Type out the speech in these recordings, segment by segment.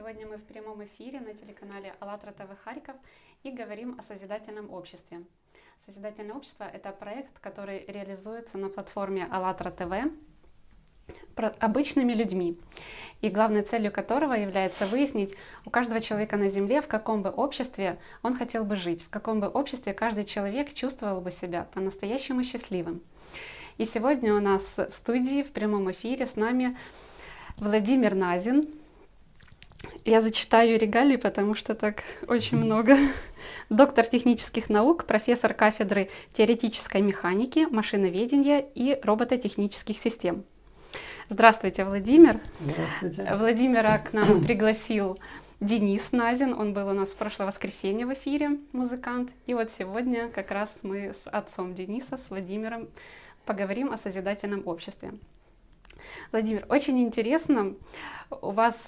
Сегодня мы в прямом эфире на телеканале АЛЛАТРА ТВ Харьков и говорим о созидательном обществе. Созидательное общество – это проект, который реализуется на платформе АЛЛАТРА ТВ обычными людьми, и главной целью которого является выяснить у каждого человека на Земле, в каком бы обществе он хотел бы жить, в каком бы обществе каждый человек чувствовал бы себя по-настоящему счастливым. И сегодня у нас в студии, в прямом эфире с нами Владимир Назин. Я зачитаю регалии, потому что так очень много. Доктор технических наук, профессор кафедры теоретической механики, машиноведения и робототехнических систем. Здравствуйте, Владимир. Здравствуйте. Владимира к нам пригласил Денис Назин. Он был у нас в прошлое воскресенье в эфире, музыкант. И вот сегодня как раз мы с отцом Дениса, с Владимиром, поговорим о созидательном обществе. Владимир, очень интересно, у вас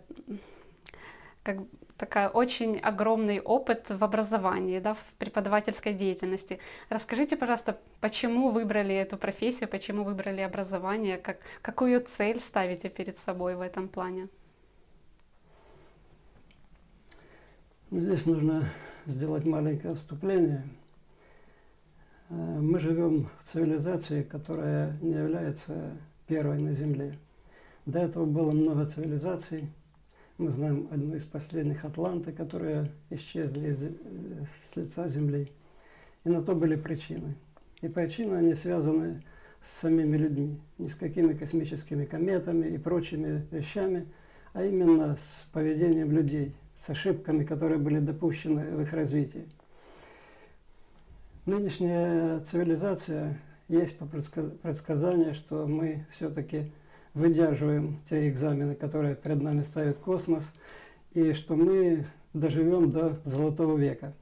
такой очень огромный опыт в образовании, да, в преподавательской деятельности. Расскажите, пожалуйста, почему выбрали эту профессию, почему выбрали образование, какую цель ставите перед собой в этом плане? Здесь нужно сделать маленькое вступление. Мы живем в цивилизации, которая не является первой на Земле. До этого было много цивилизаций. Мы знаем одну из последних — Атланты, которые исчезли с лица Земли. И на то были причины. И причины, они связаны с самими людьми. Не с какими космическими кометами и прочими вещами, а именно с поведением людей, с ошибками, которые были допущены в их развитии. Нынешняя цивилизация, есть по предсказанию, что мы все-таки выдерживаем те экзамены, которые перед нами ставит космос, и что мы доживем до Золотого века.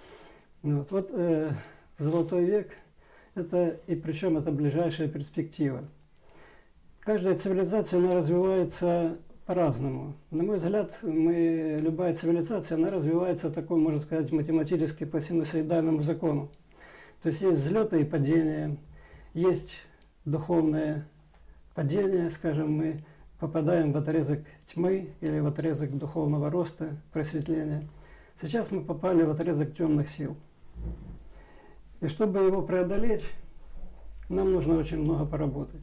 Золотой век, и причем это ближайшая перспектива. Каждая цивилизация, она развивается по-разному. На мой взгляд, любая цивилизация, она развивается такой, можно сказать, математически по синусоидальному закону. То есть есть взлеты и падения, есть духовное падение, скажем, мы попадаем в отрезок тьмы или в отрезок духовного роста, просветления. Сейчас мы попали в отрезок темных сил. И чтобы его преодолеть, нам нужно очень много поработать.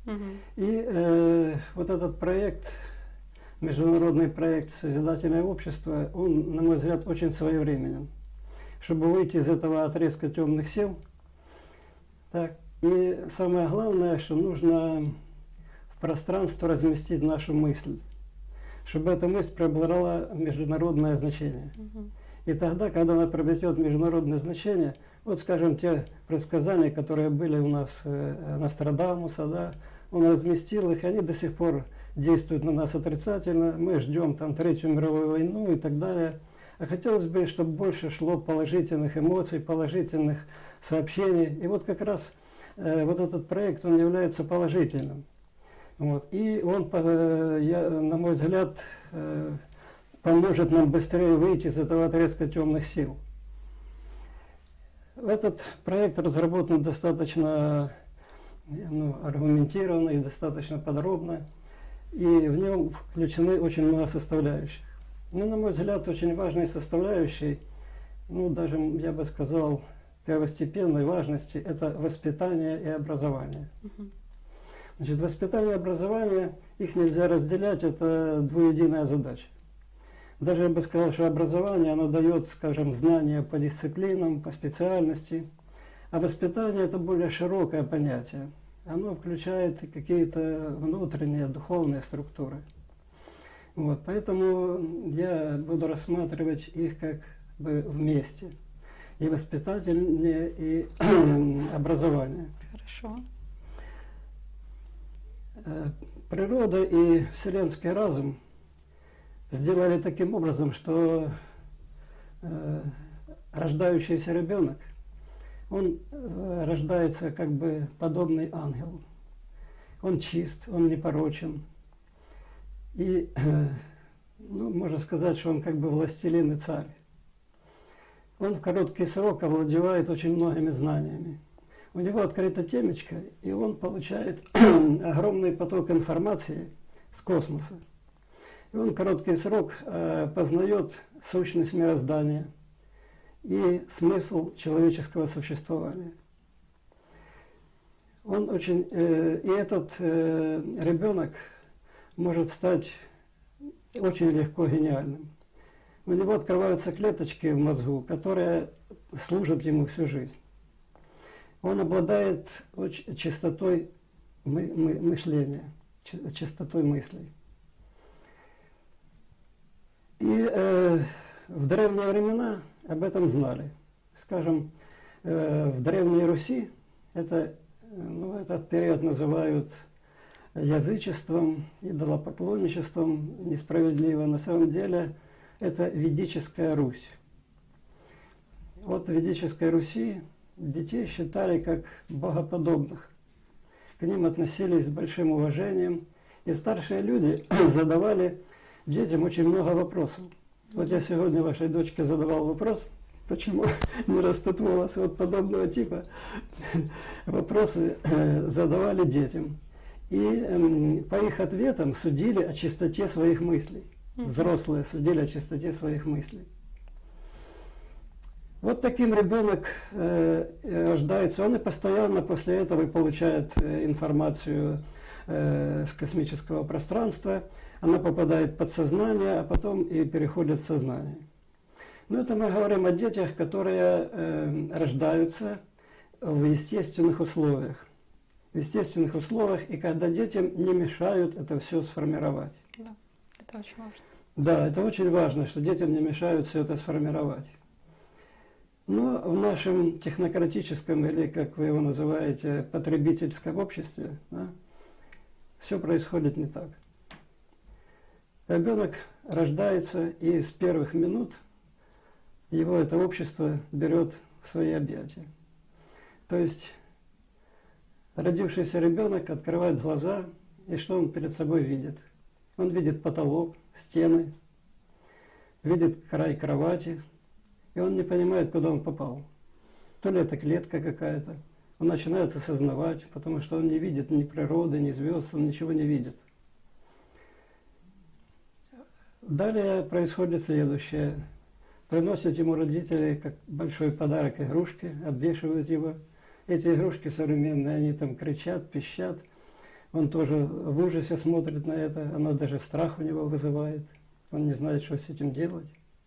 И вот этот проект, международный проект «Созидательное общество», он, на мой взгляд, очень своевременен. Чтобы выйти из этого отрезка темных сил. Так, и самое главное, что нужно в пространство разместить нашу мысль, чтобы эта мысль приобрела международное значение. И тогда, когда она приобретет международное значение, вот, скажем, те предсказания, которые были у нас Нострадамуса, да, он разместил их, и они до сих пор действуют на нас отрицательно. Мы ждем там Третью мировую войну и так далее. А хотелось бы, чтобы больше шло положительных эмоций, положительных сообщений. И вот как раз вот этот проект, он является положительным. Вот. И он, на мой взгляд, поможет нам быстрее выйти из этого отрезка темных сил. Этот проект разработан достаточно аргументированно и достаточно подробно. И в нем включены очень много составляющих. Ну, на мой взгляд, очень важной составляющей, даже, я бы сказал, первостепенной важности, это воспитание и образование. Значит, воспитание и образование, их нельзя разделять, это двуединая задача. Даже я бы сказал, что образование, оно дает, скажем, знания по дисциплинам, по специальности, а воспитание – это более широкое понятие. Оно включает какие-то внутренние духовные структуры. Вот, поэтому я буду рассматривать их как бы вместе. И воспитательное, и образование. Хорошо. Природа и вселенский разум сделали таким образом, что рождающийся ребенок, он рождается как бы подобный ангелу. Он чист, он непорочен. И, можно сказать, что он как бы властелин и царь. Он в короткий срок овладевает очень многими знаниями. У него открыта темечко, и он получает огромный поток информации с космоса. И он в короткий срок познает сущность мироздания и смысл человеческого существования. Он очень, и этот ребенок может стать очень легко гениальным. У него открываются клеточки в мозгу, которые служат ему всю жизнь. Он обладает чистотой мышления, чистотой мыслей. И в древние времена об этом знали. Скажем, в Древней Руси этот период называют язычеством, идолопоклонничеством, несправедливо. На самом деле это ведическая Русь. Вот в ведической Руси детей считали как богоподобных. К ним относились с большим уважением. И старшие люди задавали детям очень много вопросов. Вот я сегодня вашей дочке задавал вопрос, почему не растут волосы, вот подобного типа вопросы задавали детям. И по их ответам судили о чистоте своих мыслей. Взрослые судили о чистоте своих мыслей. Вот таким ребенок рождается, он и постоянно после этого получает информацию с космического пространства, она попадает в подсознание, а потом и переходит в сознание. Но это мы говорим о детях, которые рождаются в естественных условиях. В естественных условиях, и когда детям не мешают это все сформировать. Да, это очень важно. Да, это очень важно, что детям не мешают все это сформировать. Но в нашем технократическом, или как вы его называете, потребительском обществе, да, все происходит не так. Ребенок рождается, и с первых минут его это общество берет в свои объятия. То есть родившийся ребенок открывает глаза, и что он перед собой видит? Он видит потолок, стены, видит край кровати, и он не понимает, куда он попал. То ли это клетка какая-то. Он начинает осознавать, потому что он не видит ни природы, ни звезд, он ничего не видит. Далее происходит следующее. Приносят ему родители как большой подарок игрушки, обвешивают его. Эти игрушки современные, они там кричат, пищат. Он тоже в ужасе смотрит на это, оно даже страх у него вызывает. Он не знает, что с этим делать.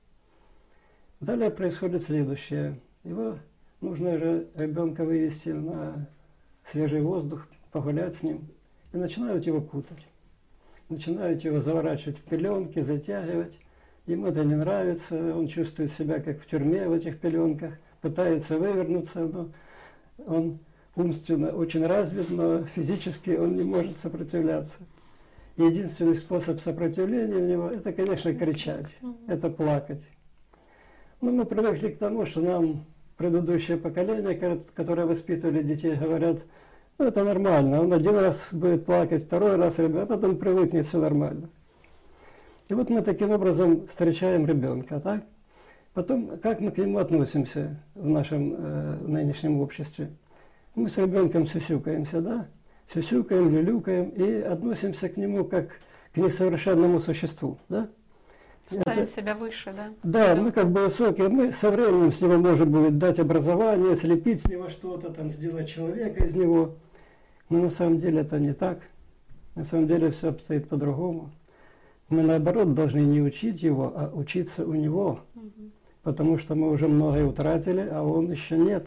Далее происходит следующее. Его нужно же ребенка вывести на свежий воздух, погулять с ним. И начинают его кутать. Начинают его заворачивать в пеленки, затягивать. Ему это не нравится, он чувствует себя как в тюрьме в этих пеленках, пытается вывернуться, но он умственно очень развит, но физически он не может сопротивляться. Единственный способ сопротивления у него – это, конечно, кричать, это плакать. Но мы привыкли к тому, что нам предыдущее поколение, которое воспитывали детей, говорят, ну это нормально, он один раз будет плакать, второй раз, а потом привыкнет, все нормально. И вот мы таким образом встречаем ребенка, так? Потом, как мы к нему относимся в нашем нынешнем обществе? Мы с ребенком сюсюкаемся, да? Сюсюкаем, люлюкаем и относимся к нему как к несовершенному существу, да? Ставим себя выше, да? Да, мы как бы высокие, мы со временем с него можем будет дать образование, слепить с него что-то, там, сделать человека из него. Но на самом деле это не так. На самом деле все обстоит по-другому. Мы наоборот должны не учить его, а учиться у него. Потому что мы уже многое утратили, а он еще нет.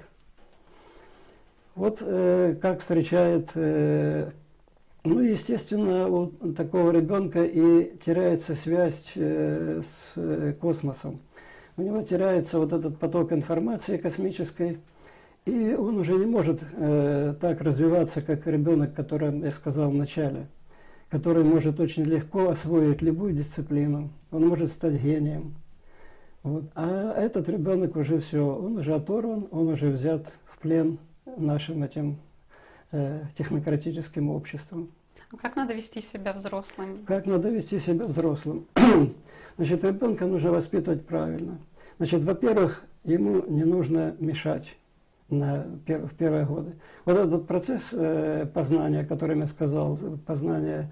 Вот как встречает, ну естественно, у такого ребенка и теряется связь с космосом. У него теряется вот этот поток информации космической, и он уже не может так развиваться, как ребенок, который я сказал в начале, который может очень легко освоить любую дисциплину, он может стать гением. Вот. А этот ребенок уже все, он уже оторван, он уже взят в плен нашим этим технократическим обществом. А как надо вести себя взрослым? Как надо вести себя взрослым? Значит, ребенка нужно воспитывать правильно. Значит, во-первых, ему не нужно мешать. в первые годы. Вот этот процесс познания, о котором я сказал, познание,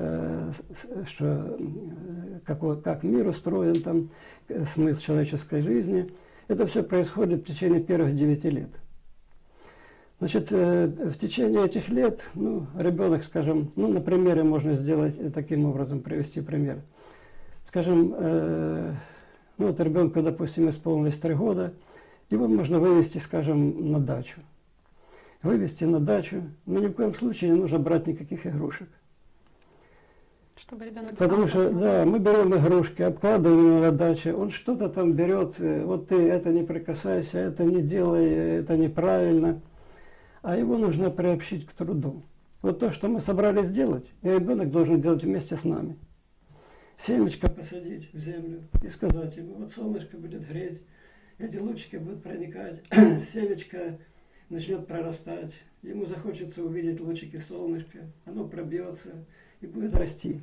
как мир устроен, там, смысл человеческой жизни, это все происходит в течение первых 9 лет. Значит, в течение этих лет, ребенок, скажем, на примере можно сделать таким образом, привести пример. Скажем, вот ребенку, допустим, исполнилось 3 года, его можно вывести, скажем, на дачу. Вывести на дачу, но ни в коем случае не нужно брать никаких игрушек. Чтобы ребенок Потому что, да, мы берем игрушки, обкладываем его на даче, он что-то там берет, вот ты это не прикасайся, это не делай, это неправильно. А его нужно приобщить к труду. Вот то, что мы собрались делать, и ребенок должен делать вместе с нами. Семечко посадить в землю и сказать ему, вот солнышко будет греть, эти лучики будут проникать, семечко начнет прорастать, ему захочется увидеть лучики солнышка, оно пробьется и будет расти.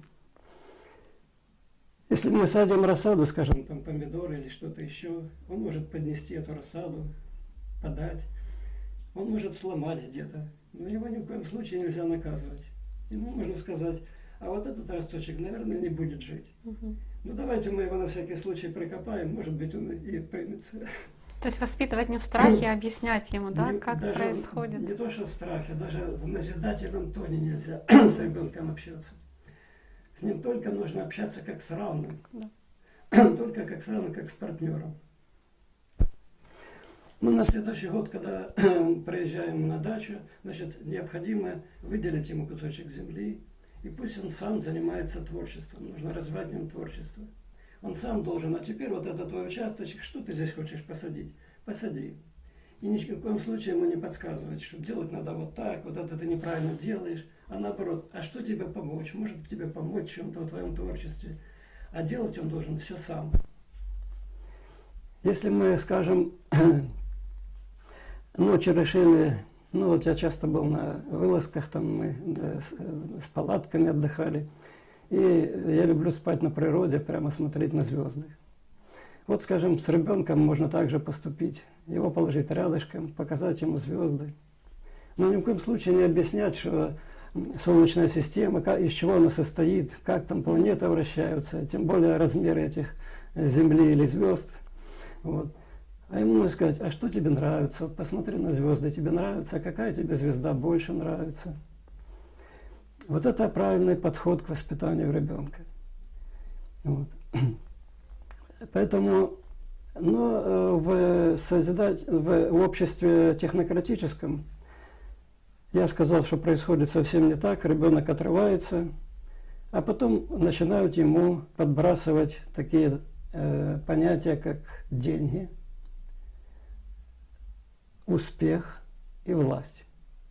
Если мы садим рассаду, скажем, там помидоры или что-то еще, он может поднести эту рассаду, подать, он может сломать где-то, но его ни в коем случае нельзя наказывать. Ему можно сказать, а вот этот росточек, наверное, не будет жить. Ну давайте мы его на всякий случай прикопаем, может быть, он и примется. То есть воспитывать не в страхе, а объяснять ему, да, как даже происходит. Не то, что в страхе, даже в назидательном тоне нельзя с ребенком общаться. С ним только нужно общаться как с равным. Да. Только как с равным, как с партнером. Ну, на следующий год, когда приезжаем на дачу, значит, необходимо выделить ему кусочек земли, и пусть он сам занимается творчеством. Нужно развивать в нем творчество. Он сам должен, а теперь вот это твой участочек, что ты здесь хочешь посадить? Посади. И ни в коем случае ему не подсказывать, что делать надо вот так, вот это ты неправильно делаешь, а наоборот, а что тебе помочь? Может тебе помочь в чем-то в твоем творчестве? А делать он должен все сам. Если мы, скажем, ночью решили, вот я часто был на вылазках, там мы с палатками отдыхали, и я люблю спать на природе, прямо смотреть на звезды. Вот, скажем, с ребенком можно также поступить, его положить рядышком, показать ему звезды. Но ни в коем случае не объяснять, что Солнечная система, из чего она состоит, как там планеты вращаются, тем более размеры этих Земли или звезд. Вот. А ему нужно сказать, а что тебе нравится? Вот посмотри на звезды, тебе нравится, а какая тебе звезда больше нравится? Вот это правильный подход к воспитанию ребенка. Вот. Поэтому в обществе технократическом я сказал, что происходит совсем не так, ребенок отрывается, а потом начинают ему подбрасывать такие понятия, как деньги, успех и власть.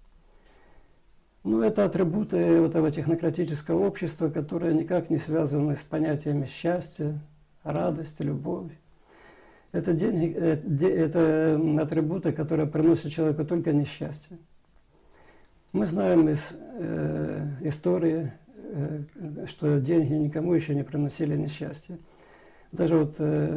Это атрибуты этого технократического общества, которые никак не связаны с понятиями счастья, радости, любовь. Это деньги, это атрибуты, которые приносят человеку только несчастье. Мы знаем из истории, что деньги никому еще не приносили несчастья. Даже вот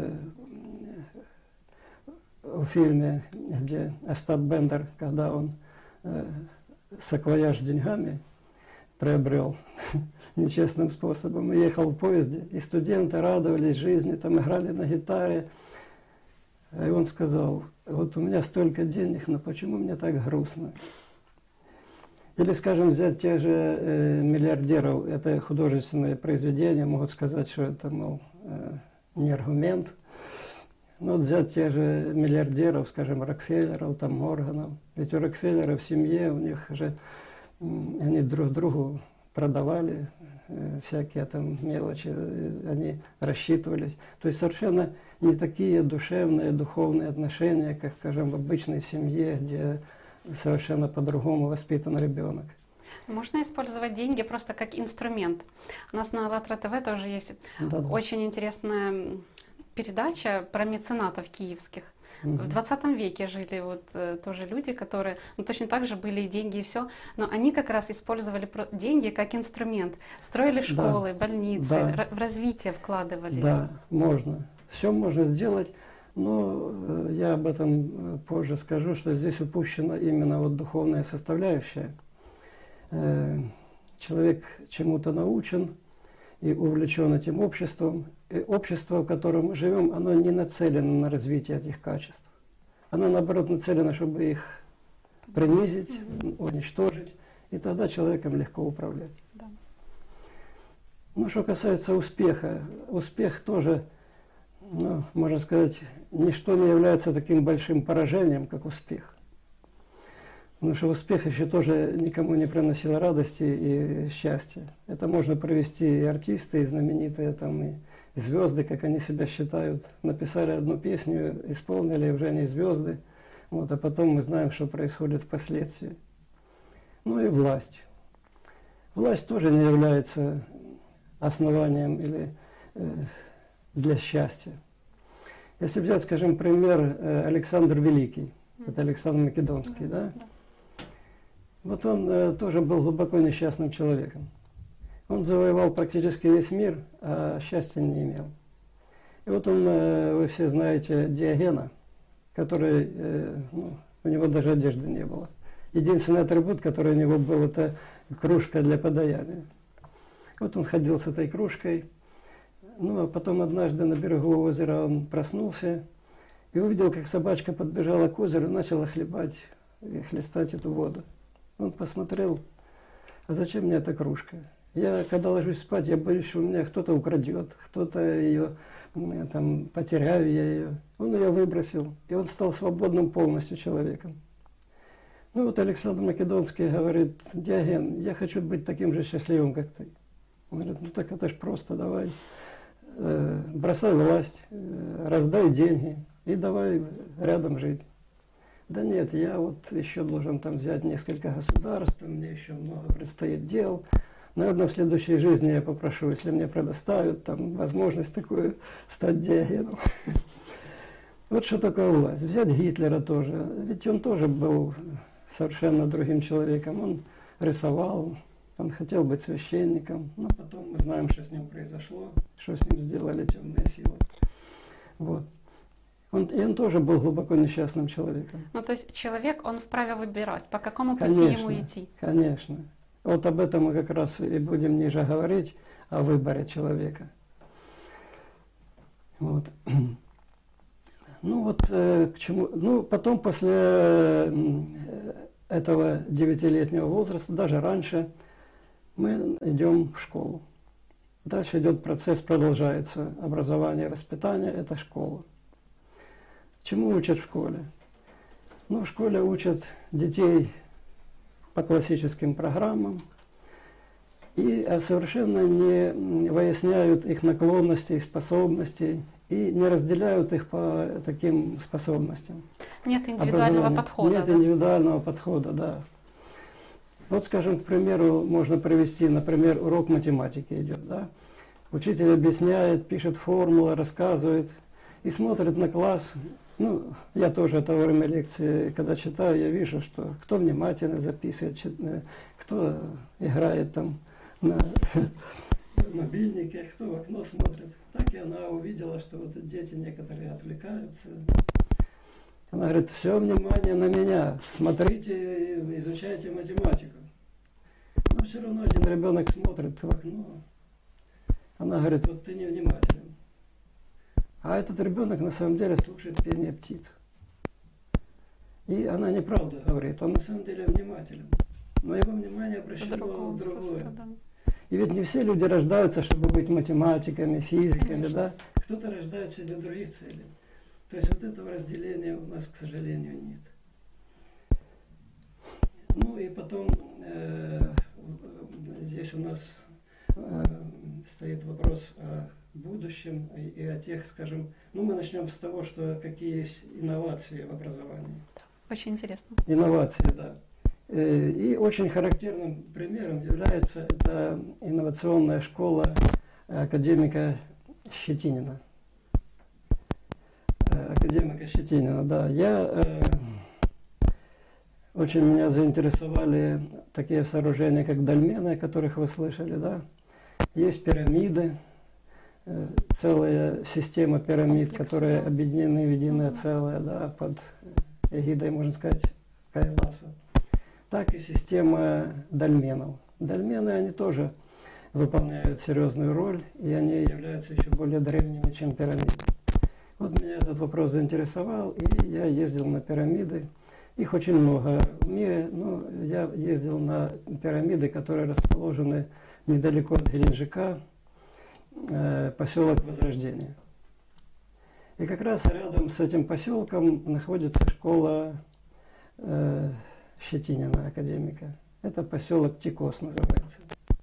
в фильме, где Остап Бендер, когда он саквояж с деньгами приобрел нечестным способом, и ехал в поезде, и студенты радовались жизни, там играли на гитаре. И он сказал, вот у меня столько денег, но почему мне так грустно? Или, скажем, взять тех же миллиардеров, это художественные произведения, могут сказать, что это, мол, не аргумент. Но вот взять тех же миллиардеров, скажем, Рокфеллеров, там, Морганов. Ведь у Рокфеллера в семье, у них же, они друг другу продавали всякие там мелочи, они рассчитывались. То есть совершенно не такие душевные, духовные отношения, как, скажем, в обычной семье, где совершенно по-другому воспитан ребенок. Можно использовать деньги просто как инструмент. У нас на АЛЛАТРА ТВ тоже есть очень интересная передача про меценатов киевских. В 20 веке жили тоже люди, которые точно так же были и деньги, и все, но они как раз использовали деньги как инструмент. Строили школы, больницы, в развитие вкладывали. Да, можно. Все можно сделать, Но я об этом позже скажу, что здесь упущена именно вот духовная составляющая. Человек чему-то научен и увлечен этим обществом. И общество, в котором мы живем, оно не нацелено на развитие этих качеств. Оно, наоборот, нацелено, чтобы их принизить, уничтожить, и тогда человеком легко управлять. Да. Ну, что касается успеха, успех тоже, ну, можно сказать, ничто не является таким большим поражением, как успех. Потому что успех еще тоже никому не приносил радости и счастья. Это можно провести и артисты, и знаменитые, там, и звезды, как они себя считают. Написали одну песню, исполнили, и уже они звезды. Вот, а потом мы знаем, что происходит впоследствии. Ну и власть. Власть тоже не является основанием или для счастья. Если взять, скажем, пример Александр Великий, это Александр Македонский, да? Вот он тоже был глубоко несчастным человеком. Он завоевал практически весь мир, а счастья не имел. И вот он, вы все знаете Диогена, который, ну, у него даже одежды не было. Единственный атрибут, который у него был, это кружка для подаяния. Вот он ходил с этой кружкой. Ну, а потом однажды на берегу озера он проснулся и увидел, как собачка подбежала к озеру и начала хлебать и хлестать эту воду. Он посмотрел, а зачем мне эта кружка? Я, когда ложусь спать, я боюсь, что у меня кто-то украдет, кто-то ее, там, потеряю я ее. Он ее выбросил, и он стал свободным полностью человеком. Ну вот Александр Македонский говорит: Диоген, я хочу быть таким же счастливым, как ты. Он говорит: ну так это ж просто, давай, бросай власть, раздай деньги и давай рядом жить. Да нет, я вот еще должен там взять несколько государств, мне еще много предстоит дел. Наверное, в следующей жизни я попрошу, если мне предоставят там возможность такую, стать Диогеном. Вот что такое власть. Взять Гитлера тоже, ведь он тоже был совершенно другим человеком. Он рисовал, он хотел быть священником, но потом мы знаем, что с ним произошло, что с ним сделали темные силы. Вот. И он тоже был глубоко несчастным человеком. Ну, то есть человек, он вправе выбирать, по какому пути Конечно, ему идти. Конечно. Вот об этом мы как раз и будем ниже говорить, о выборе человека. Вот. Ну вот к чему. Ну, потом после этого 9-летнего возраста, даже раньше, мы идем в школу. Дальше идет процесс, продолжается образование, воспитание, это школа. Чему учат в школе? Ну, в школе учат детей по классическим программам и совершенно не выясняют их наклонностей, способностей и не разделяют их по таким способностям. Нет индивидуального подхода. Нет, да? индивидуального подхода, да. Вот, скажем, к примеру, можно привести, например, урок математики идет, да? Учитель объясняет, пишет формулы, рассказывает и смотрит на класс. Ну, я тоже это во время лекции, когда читаю, я вижу, что кто внимательно записывает, кто играет там на мобильнике, кто в окно смотрит. Так и она увидела, что вот дети некоторые отвлекаются. Она говорит: все внимание на меня, смотрите, изучайте математику. Но все равно один ребенок смотрит в окно. Она говорит: вот ты невнимателен. А этот ребенок на самом деле слушает пение птиц. И она неправду говорит, он на самом деле внимателен. Но его внимание обращено в другое. Да. И ведь не все люди рождаются, чтобы быть математиками, физиками, конечно, да? Кто-то рождается для других целей. То есть вот этого разделения у нас, к сожалению, нет. Ну и потом здесь у нас стоит вопрос о будущем и о тех, скажем, ну мы начнем с того, что какие есть инновации в образовании. Очень интересно. Инновации, да. И очень характерным примером является это инновационная школа академика Щетинина. Академика Щетинина, да. Очень меня заинтересовали такие сооружения, как дольмены, о которых вы слышали, да. Есть пирамиды, целая система пирамид, которые объединены в единое целое, да, под эгидой, можно сказать, Кайласа, так и система дольменов. Дольмены, они тоже выполняют серьезную роль, и они являются еще более древними, чем пирамиды. Вот меня этот вопрос заинтересовал, и я ездил на пирамиды. Их очень много в мире, но я ездил на пирамиды, которые расположены недалеко от Геленджика, поселок Возрождение. И как раз рядом с этим поселком находится школа Щетинина, академика. Это поселок Тикос называется.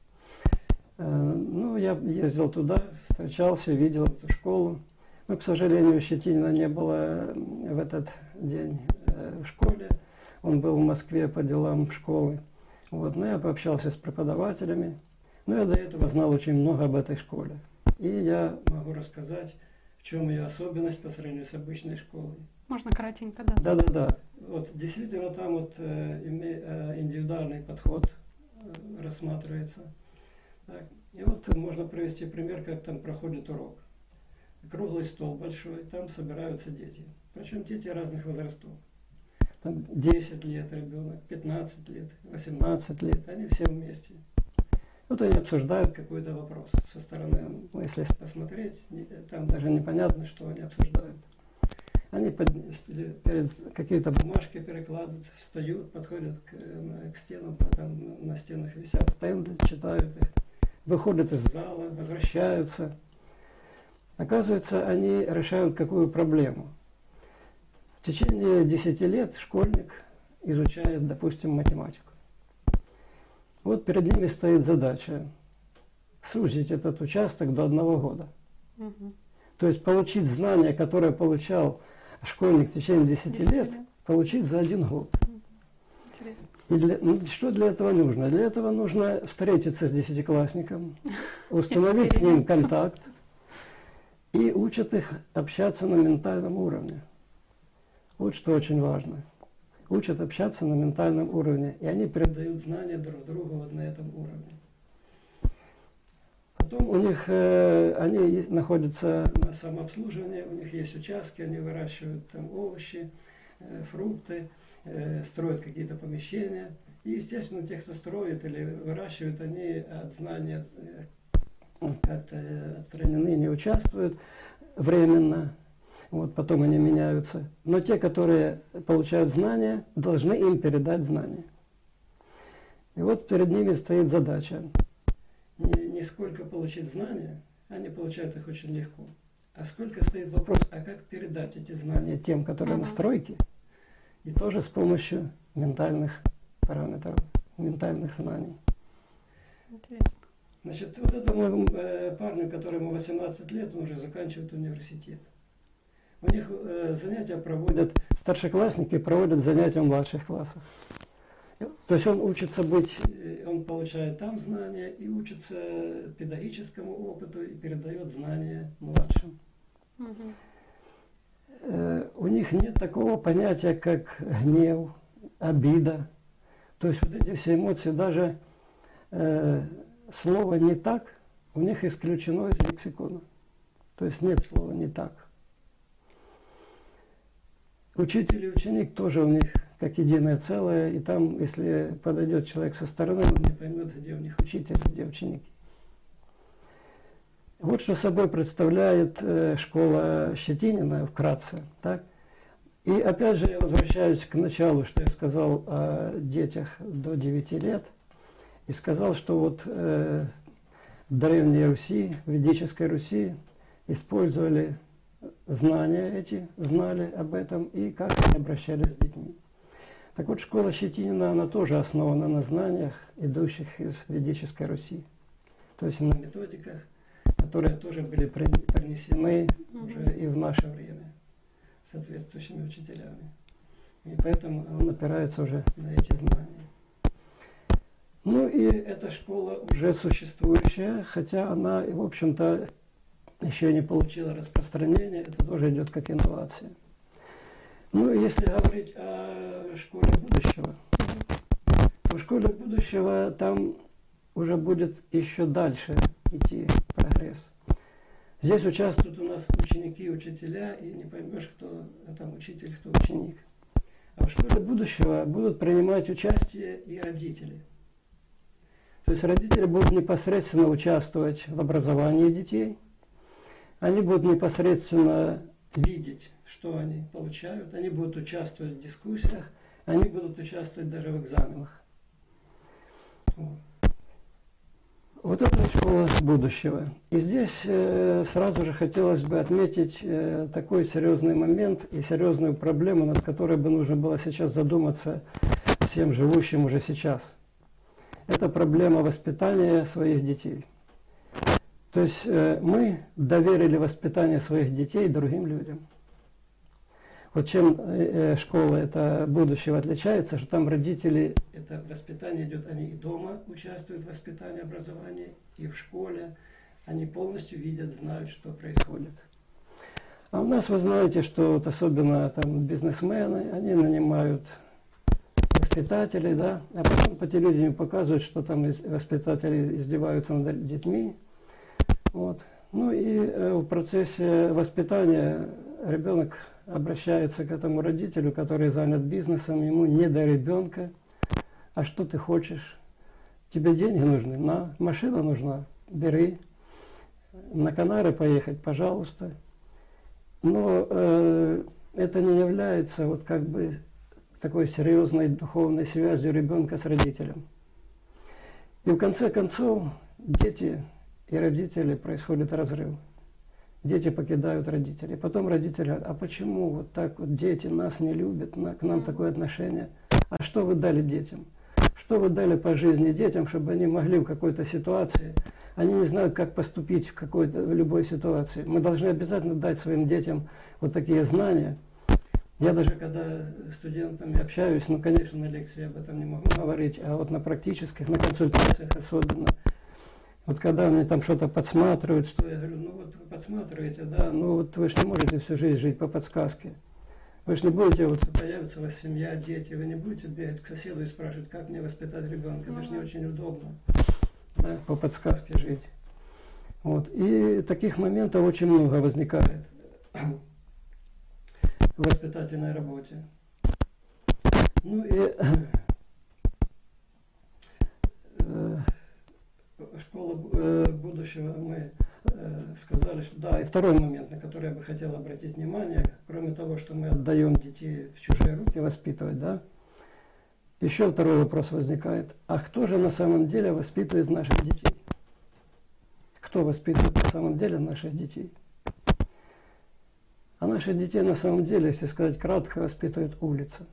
Ну, я ездил туда, встречался, видел эту школу. Но, к сожалению, Щетинина не было в этот день в школе. Он был в Москве по делам школы. Вот. Но я пообщался с преподавателями. Но я до этого знал очень много об этой школе. И я могу рассказать, в чем ее особенность по сравнению с обычной школой. Можно кратенько, да? Да. Вот действительно там вот индивидуальный подход рассматривается. Так. И вот можно привести пример, как там проходит урок. Круглый стол большой, там собираются дети. Причем дети разных возрастов. Там 10 лет ребенок, 15 лет, 18 лет, они все вместе. Вот они обсуждают какой-то вопрос со стороны, ну, если посмотреть, там даже непонятно, что они обсуждают. Они перед какие-то бумажки перекладывают, встают, подходят к стенам, там на стенах висят стенды, читают их, выходят из зала, возвращаются. Оказывается, они решают какую проблему. В течение 10 лет школьник изучает, допустим, математику. Вот перед ними стоит задача сузить этот участок до 1 года. То есть получить знания, которые получал школьник в течение 10 лет, получить за 1 год. И что для этого нужно? Для этого нужно встретиться с десятиклассником, установить с ним контакт и учат их общаться на ментальном уровне. Вот что очень важно. Учат общаться на ментальном уровне, и они передают знания друг другу вот на этом уровне. Потом у них, они находятся на самообслуживании, у них есть участки, они выращивают там овощи, фрукты, строят какие-то помещения. И, естественно, те, кто строит или выращивает, они от знания как-то отстранены, не участвуют временно. Вот, потом они меняются. Но те, которые получают знания, должны им передать знания. И вот перед ними стоит задача. Не сколько получить знания, они получают их очень легко. А сколько стоит вопрос, а как передать эти знания тем, которые на стройке, и тоже с помощью ментальных параметров, ментальных знаний. Интересно. Значит, вот этому парню, которому 18 лет, он уже заканчивает университет. У них занятия проводят, старшеклассники проводят занятия в младших классах. То есть он учится быть, он получает там знания и учится педагогическому опыту и передает знания младшим. У них нет такого понятия, как гнев, обида. То есть вот эти все эмоции, даже слово «не так» у них исключено из лексикона. То есть нет слова «не так». Учитель и ученик тоже у них как единое целое, и там, если подойдет человек со стороны, он не поймет, где у них учитель, где ученик. Вот что собой представляет школа Щетинина вкратце. Так? И опять же я возвращаюсь к началу, что я сказал о детях до 9 лет, и сказал, что вот в Древней Руси, в ведической Руси использовали знания эти, знали об этом и как они обращались с детьми. Так вот, школа Щетинина, она тоже основана на знаниях, идущих из ведической Руси. То есть на методиках, которые тоже были принесены уже и в наше время соответствующими учителями. И поэтому он опирается уже на эти знания. Ну и эта школа уже существующая, хотя она, в общем-то, еще не получила распространения, это тоже идет как инновация. Ну, если говорить о школе будущего, то в школе будущего там уже будет еще дальше идти прогресс. Здесь участвуют у нас ученики и учителя, и не поймешь, кто там учитель, кто ученик. А в школе будущего будут принимать участие и родители. То есть родители будут непосредственно участвовать в образовании детей, они будут непосредственно видеть, что они получают, они будут участвовать в дискуссиях, они будут участвовать даже в экзаменах. Вот это школа будущего. И здесь сразу же хотелось бы отметить такой серьезный момент и серьезную проблему, над которой бы нужно было сейчас задуматься всем живущим уже сейчас. Это проблема воспитания своих детей. То есть мы доверили воспитание своих детей другим людям. Вот чем школа это будущего отличается, что там родители, это воспитание идет, они и дома участвуют в воспитании, образовании, и в школе. Они полностью видят, знают, что происходит. А у нас, вы знаете, что вот особенно там бизнесмены, они нанимают воспитателей, да, а потом по телевидению показывают, что там воспитатели издеваются над детьми. Вот. Ну и в процессе воспитания ребенок обращается к этому родителю, который занят бизнесом, ему не до ребенка. А что ты хочешь? Тебе деньги нужны? На, машина нужна? Бери. На Канары поехать? Пожалуйста. Но это не является вот как бы такой серьезной духовной связью ребенка с родителем. И в конце концов дети и родители происходит разрыв. Дети покидают родителей. Потом родители говорят, а почему вот так вот дети нас не любят, к нам такое отношение? А что вы дали детям? Что вы дали по жизни детям, чтобы они могли в какой-то ситуации, они не знают, как поступить в любой ситуации. Мы должны обязательно дать своим детям вот такие знания. Я даже когда с студентами общаюсь, ну, конечно, на лекции об этом не могу говорить, а вот на практических, на консультациях особенно. Вот когда мне там что-то подсматривают, что я говорю, ну вот вы подсматриваете, да, ну вот вы же не можете всю жизнь жить по подсказке. Вы же не будете, вот появится у вас семья, дети, вы не будете бегать к соседу и спрашивать, как мне воспитать ребенка. Это же не очень удобно, да, по подсказке жить. Вот. И таких моментов очень много возникает в воспитательной работе. Ну и школа будущего мы сказали, что да, и второй момент, на который я бы хотел обратить внимание, кроме того, что мы отдаем детей в чужие руки воспитывать, да, еще второй вопрос возникает, а кто же на самом деле воспитывает наших детей? Кто воспитывает на самом деле наших детей? А наших детей на самом деле, если сказать кратко, воспитывает улица.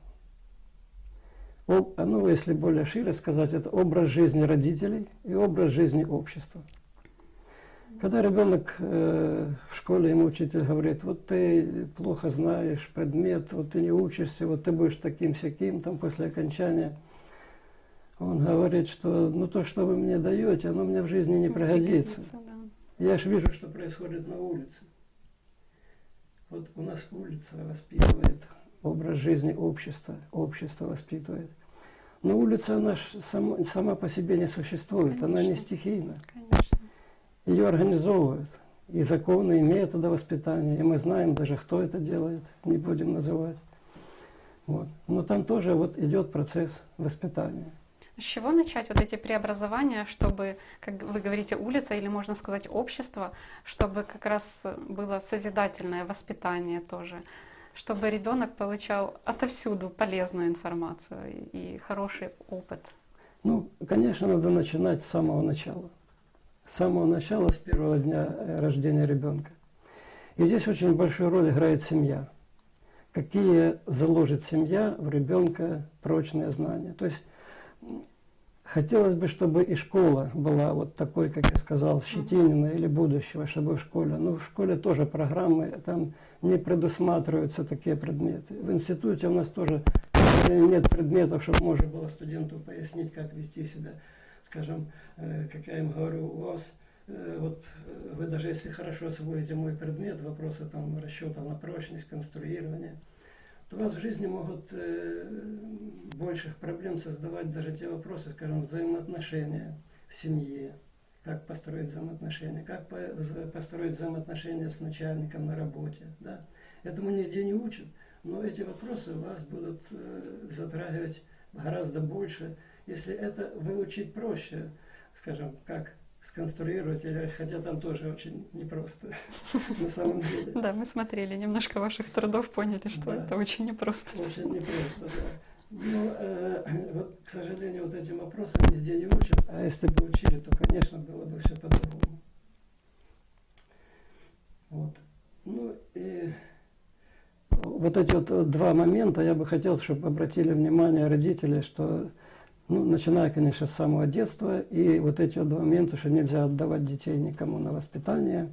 Ну, если более шире сказать, это образ жизни родителей и образ жизни общества. Когда ребенок в школе, ему учитель говорит, вот ты плохо знаешь предмет, вот ты не учишься, вот ты будешь таким-сяким там после окончания. Он говорит, что ну то, что вы мне даете, оно мне в жизни не пригодится. Да. Я же вижу, что происходит на улице. Вот у нас улица воспитывает образ жизни общества, общество воспитывает. Но улица, она сама по себе не существует, конечно, она не стихийна. Конечно. Ее организовывают и законы, и методы воспитания, и мы знаем даже, кто это делает, не будем называть. Вот. Но там тоже вот идет процесс воспитания. С чего начать вот эти преобразования, чтобы, как вы говорите, улица, или можно сказать общество, чтобы как раз было созидательное воспитание тоже, чтобы ребенок получал отовсюду полезную информацию и хороший опыт? Ну, конечно, надо начинать с самого начала. С самого начала, с первого дня рождения ребенка. И здесь очень большую роль играет семья. Какие заложит семья в ребенка прочные знания. То есть хотелось бы, чтобы и школа была вот такой, как я сказал, Щетинина или будущего, чтобы в школе. Но в школе тоже программы, там не предусматриваются такие предметы. В институте у нас тоже нет предметов, чтобы можно было студенту пояснить, как вести себя. Скажем, как я им говорю, у вас, вот вы даже если хорошо освоите мой предмет, вопросы там расчетов на прочность, конструирования, то у вас в жизни могут больших проблем создавать даже те вопросы, скажем, взаимоотношения в семье, как построить взаимоотношения, как построить взаимоотношения с начальником на работе. Да? Этому нигде не учат, но эти вопросы вас будут затрагивать гораздо больше, если это выучить проще, скажем, как сконструировать, хотя там тоже очень непросто на самом деле. Да, мы смотрели немножко ваших трудов, поняли, что это очень непросто. Очень непросто, да. Но, вот, к сожалению, вот этим вопросам нигде не учат, а если бы учили, то, конечно, было бы все по-другому. Вот. Ну и вот эти вот два момента я бы хотел, чтобы обратили внимание родители, что, ну, начиная, конечно, с самого детства, и вот эти вот два момента, что нельзя отдавать детей никому на воспитание.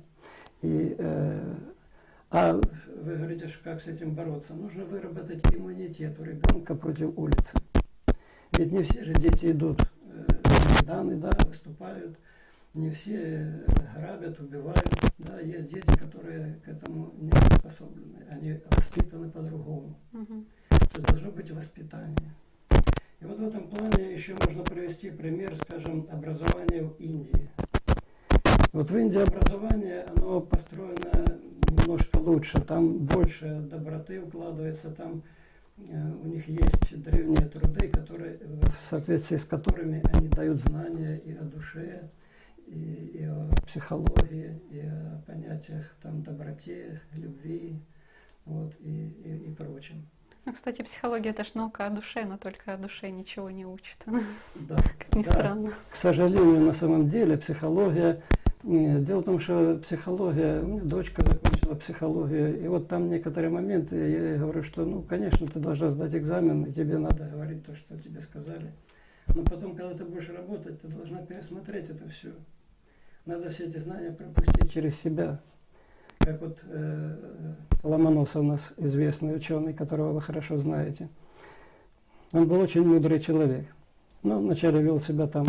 А вы говорите, что как с этим бороться? Нужно выработать иммунитет у ребенка против улицы. Ведь не все же дети идут на Майданы, да, выступают, не все грабят, убивают. Да, есть дети, которые к этому не приспособлены, они воспитаны по-другому. То есть должно быть воспитание. И вот в этом плане еще можно привести пример, скажем, образования в Индии. Вот в Индии образование, оно построено немножко лучше, там больше доброты укладывается, там у них есть древние труды, которые, в соответствии с которыми они дают знания и о душе, и о психологии, и о понятиях там доброте, любви, вот, и прочем. Ну, кстати, психология — это ж наука о душе, но только о душе ничего не учит. Да, как ни странно. К сожалению, на самом деле психология... Дело в том, что психология, у меня дочка закончила психологию, и вот там некоторые моменты, я ей говорю, что, ну, конечно, ты должна сдать экзамен, и тебе надо говорить то, что тебе сказали. Но потом, когда ты будешь работать, ты должна пересмотреть это все. Надо все эти знания пропустить через себя. Как вот Ломоносов у нас известный ученый, которого вы хорошо знаете. Он был очень мудрый человек. Но вначале вел себя там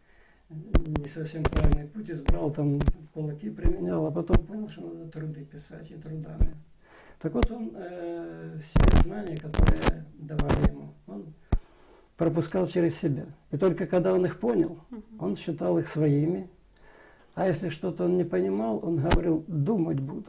не совсем правильный путь, избрал, там кулаки применял, а потом понял, что надо труды писать и трудами. Так вот он все знания, которые давали ему, он пропускал через себя. И только когда он их понял, он считал их своими. А если что-то он не понимал, он говорил: думать буду.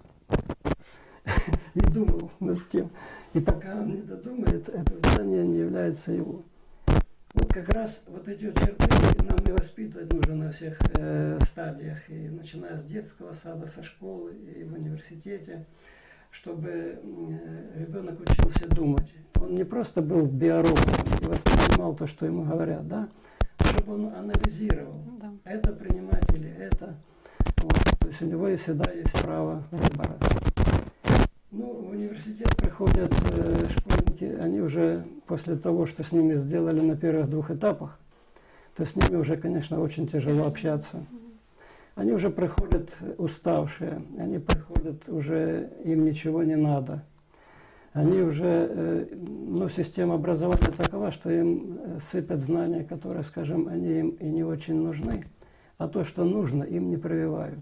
И думал над тем. И пока он не додумает, это знание не является его. Вот как раз вот эти вот черты нам и воспитывать нужно на всех стадиях, и начиная с детского сада, со школы и в университете, чтобы ребенок учился думать. Он не просто был биороботом и воспринимал то, что ему говорят, да, чтобы он анализировал, это принимать или это. Вот. То есть у него всегда есть право выбора. Ну, в университет приходят школьники, они уже после того, что с ними сделали на первых двух этапах, то с ними уже, конечно, очень тяжело общаться. Они уже приходят уставшие, они приходят уже, им ничего не надо. Они уже, ну, система образования такова, что им сыпят знания, которые, скажем, они им и не очень нужны, а то, что нужно, им не прививают.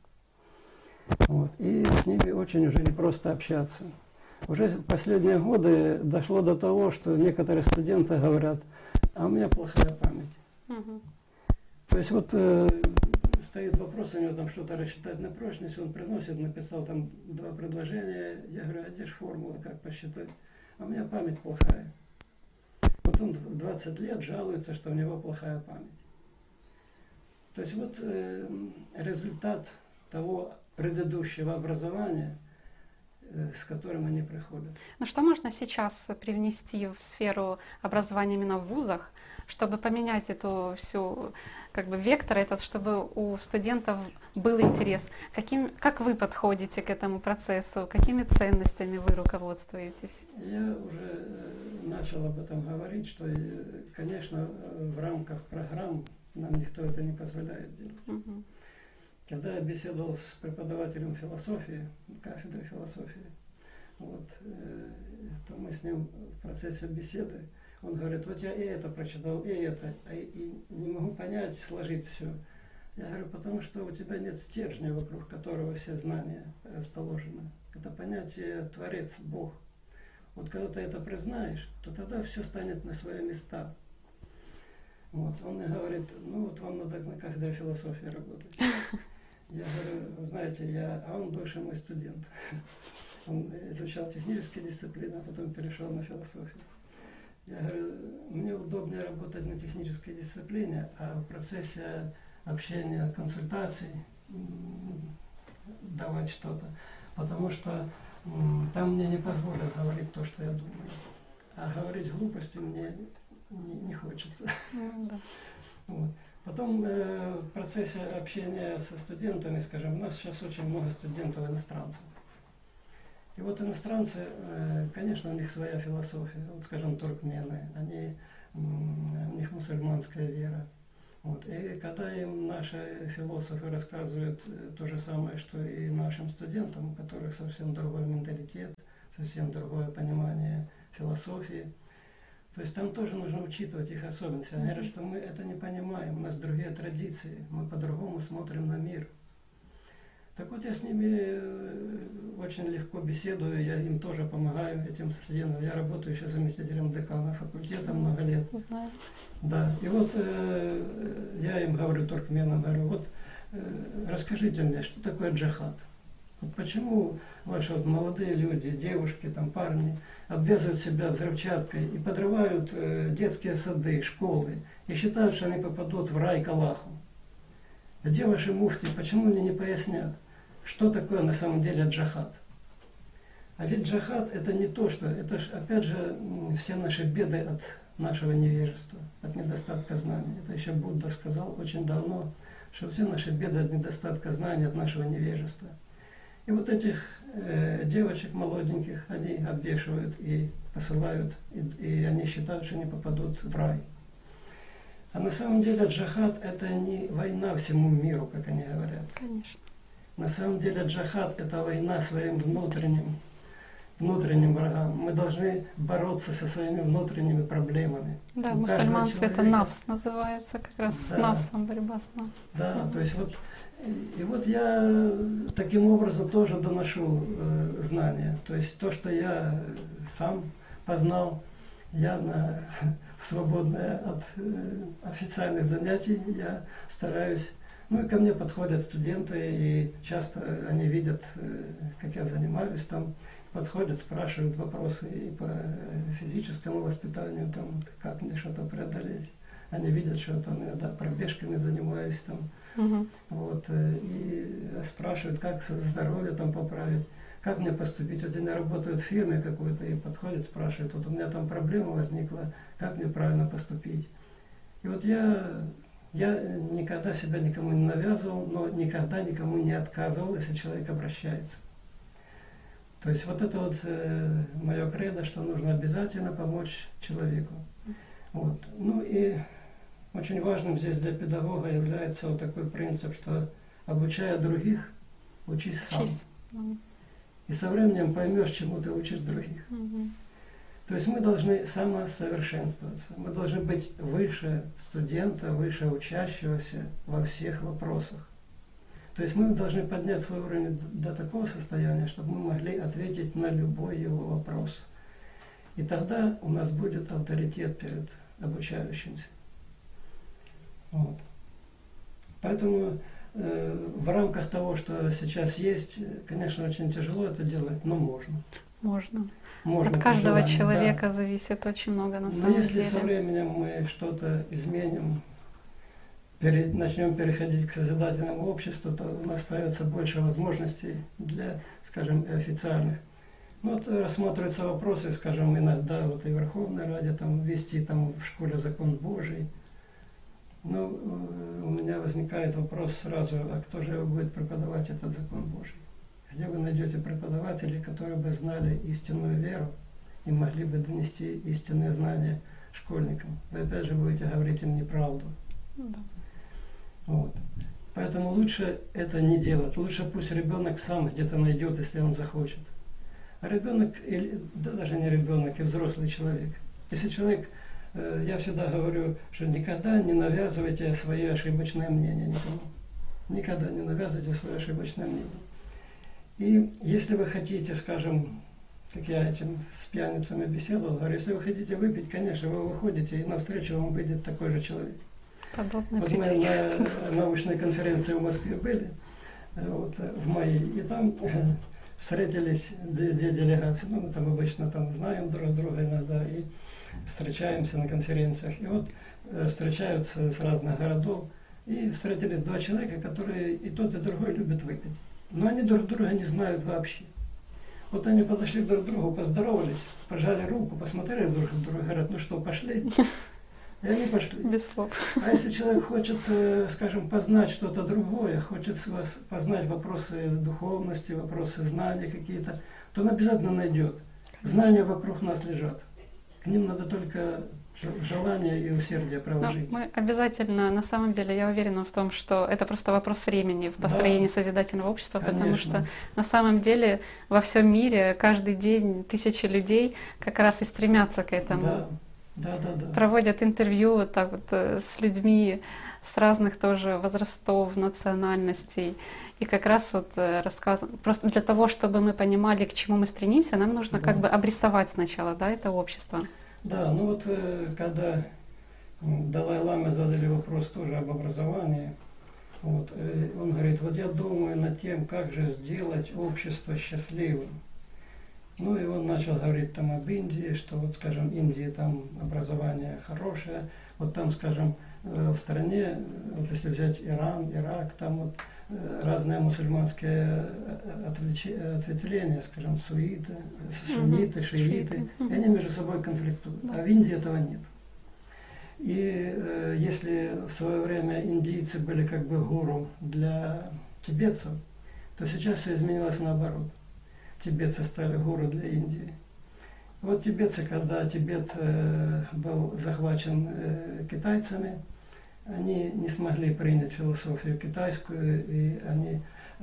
Вот. И с ними очень уже непросто общаться. Уже в последние годы дошло до того, что некоторые студенты говорят: а у меня плохая память. То есть вот стоит вопрос, у него там что-то рассчитать на прочность, он приносит, написал там 2 предложения, я говорю: а где же формула, как посчитать? А у меня память плохая. Вот он в 20 лет жалуется, что у него плохая память. То есть вот результат того предыдущего образования, с которым они приходят. Ну что можно сейчас привнести в сферу образования именно в вузах, чтобы поменять эту всю, как бы, вектор этот, чтобы у студентов был интерес? Как вы подходите к этому процессу? Какими ценностями вы руководствуетесь? Я уже начал об этом говорить, что, конечно, в рамках программ нам никто это не позволяет делать. Когда я беседовал с преподавателем философии, кафедры философии, вот, то мы с ним в процессе беседы, он говорит: вот я и это прочитал, и это, и не могу понять, сложить все. Я говорю: потому что у тебя нет стержня, вокруг которого все знания расположены. Это понятие Творец, Бог. Вот когда ты это признаешь, то тогда все станет на свои места. Вот, он мне говорит, ну вот вам надо на кафедре философии работать. Я говорю, вы знаете, а он бывший мой студент. Он изучал технические дисциплины, а потом перешел на философию. Я говорю, мне удобнее работать на технической дисциплине, а в процессе общения, консультаций давать что-то. Потому что там мне не позволят говорить то, что я думаю. А говорить глупости мне не хочется. Вот. Потом в процессе общения со студентами, скажем, у нас сейчас очень много студентов-иностранцев. И вот иностранцы, конечно, у них своя философия, вот, скажем, туркмены, у них мусульманская вера. Вот. И когда им наши философы рассказывают то же самое, что и нашим студентам, у которых совсем другой менталитет, совсем другое понимание философии, то есть там тоже нужно учитывать их особенности. Они говорят, что мы это не понимаем, у нас другие традиции, мы по-другому смотрим на мир. Так вот я с ними очень легко беседую, я им тоже помогаю, этим студентам. Я работаю еще заместителем декана факультета много лет. Знаю. Да, и вот я им говорю, туркменам, говорю, вот расскажите мне, что такое джихад? Вот почему ваши вот молодые люди, девушки, там, парни обвязывают себя взрывчаткой и подрывают детские сады, школы и считают, что они попадут в рай к Аллаху? Где ваши муфти? Почему мне не пояснят, что такое на самом деле джихад? А ведь джихад это не то, что... Это ж, опять же, все наши беды от нашего невежества, от недостатка знаний. Это еще Будда сказал очень давно, что все наши беды от недостатка знаний, от нашего невежества. И вот этих девочек молоденьких они обвешивают и посылают, и они считают, что они попадут в рай. А на самом деле джихад это не война всему миру, как они говорят. Конечно. На самом деле джихад это война своим внутренним врагам. Мы должны бороться со своими внутренними проблемами. Да, в мусульманстве это нафс называется, как раз да. С нафсом, борьба с нафсом. Да, то есть вот, и вот я таким образом тоже доношу знания. То есть то, что я сам познал, я в свободное от официальных занятий я стараюсь. Ну и ко мне подходят студенты, и часто они видят, как я занимаюсь там, подходят, спрашивают вопросы и по физическому воспитанию, там, как мне что-то преодолеть. Они видят, что там иногда пробежками занимаюсь там, вот, и спрашивают, как здоровье там поправить, как мне поступить. Вот они работают в фирме какой-то и подходят, спрашивают, вот у меня там проблема возникла, как мне правильно поступить. И вот я никогда себя никому не навязывал, но никогда никому не отказывал, если человек обращается. То есть вот это вот мое кредо, что нужно обязательно помочь человеку. Вот. Ну и очень важным здесь для педагога является вот такой принцип, что обучая других, учись сам. И со временем поймешь, чему ты учишь других. То есть мы должны самосовершенствоваться. Мы должны быть выше студента, выше учащегося во всех вопросах. То есть мы должны поднять свой уровень до такого состояния, чтобы мы могли ответить на любой его вопрос. И тогда у нас будет авторитет перед обучающимся. Вот. Поэтому в рамках того, что сейчас есть, конечно, очень тяжело это делать, но можно. Можно. От каждого человека зависит очень много на самом деле. Но если со временем мы что-то изменим, начнем переходить к созидательному обществу, то у нас появится больше возможностей для, скажем, официальных. Ну, вот рассматриваются вопросы, скажем, иногда вот и в Верховной Раде там ввести там в школе закон Божий. Но у меня возникает вопрос сразу, а кто же будет преподавать этот закон Божий? Где вы найдете преподавателей, которые бы знали истинную веру и могли бы донести истинные знания школьникам? Вы опять же будете говорить им неправду. Да. Вот. Поэтому лучше это не делать. Лучше пусть ребенок сам где-то найдет, если он захочет. А ребенок, да даже не ребенок, и взрослый человек. Если человек, я всегда говорю, что никогда не навязывайте свои ошибочные мнения никому. Никогда не навязывайте свое ошибочное мнение. И если вы хотите, скажем, как я этим с пьяницами беседовал, говорю, если вы хотите выпить, конечно, вы выходите, и навстречу вам выйдет такой же человек. Подобное Вот мы на научной конференции в Москве были, вот, в мае, и там встретились две делегации, ну, мы там обычно там знаем друг друга иногда, и встречаемся на конференциях, и вот встречаются с разных городов, и встретились два человека, которые и тот, и другой любят выпить. Но они друг друга не знают вообще. Вот они подошли друг к другу, поздоровались, пожали руку, посмотрели друг на друга, говорят, ну что, пошли? И они пошли. Без слов. А если человек хочет, скажем, познать что-то другое, хочет познать вопросы духовности, вопросы знаний какие-то, то он обязательно найдет. Знания вокруг нас лежат. К ним надо только желание и усердие проложить. Мы обязательно, на самом деле, я уверена в том, что это просто вопрос времени в построении созидательного общества, конечно. Потому что на самом деле во всем мире каждый день тысячи людей как раз и стремятся к этому. Да. Проводят интервью вот так вот с людьми с разных тоже возрастов, национальностей. И как раз вот рассказывают, просто для того, чтобы мы понимали, к чему мы стремимся, нам нужно как бы обрисовать сначала, да, это общество. Да, ну вот когда Далай-Ламе задали вопрос тоже об образовании, вот, он говорит, вот я думаю над тем, как же сделать общество счастливым. Ну и он начал говорить там об Индии, что вот, скажем, Индии там образование хорошее, вот там, скажем, в стране, вот если взять Иран, Ирак, там вот разные мусульманские ответвления, скажем, сунниты, шииты, и они между собой конфликтуют. А в Индии этого нет. И если в свое время индийцы были как бы гуру для тибетцев, то сейчас все изменилось наоборот. Тибетцы стали гуру для Индии. Вот тибетцы, когда Тибет был захвачен китайцами, они не смогли принять философию китайскую, и они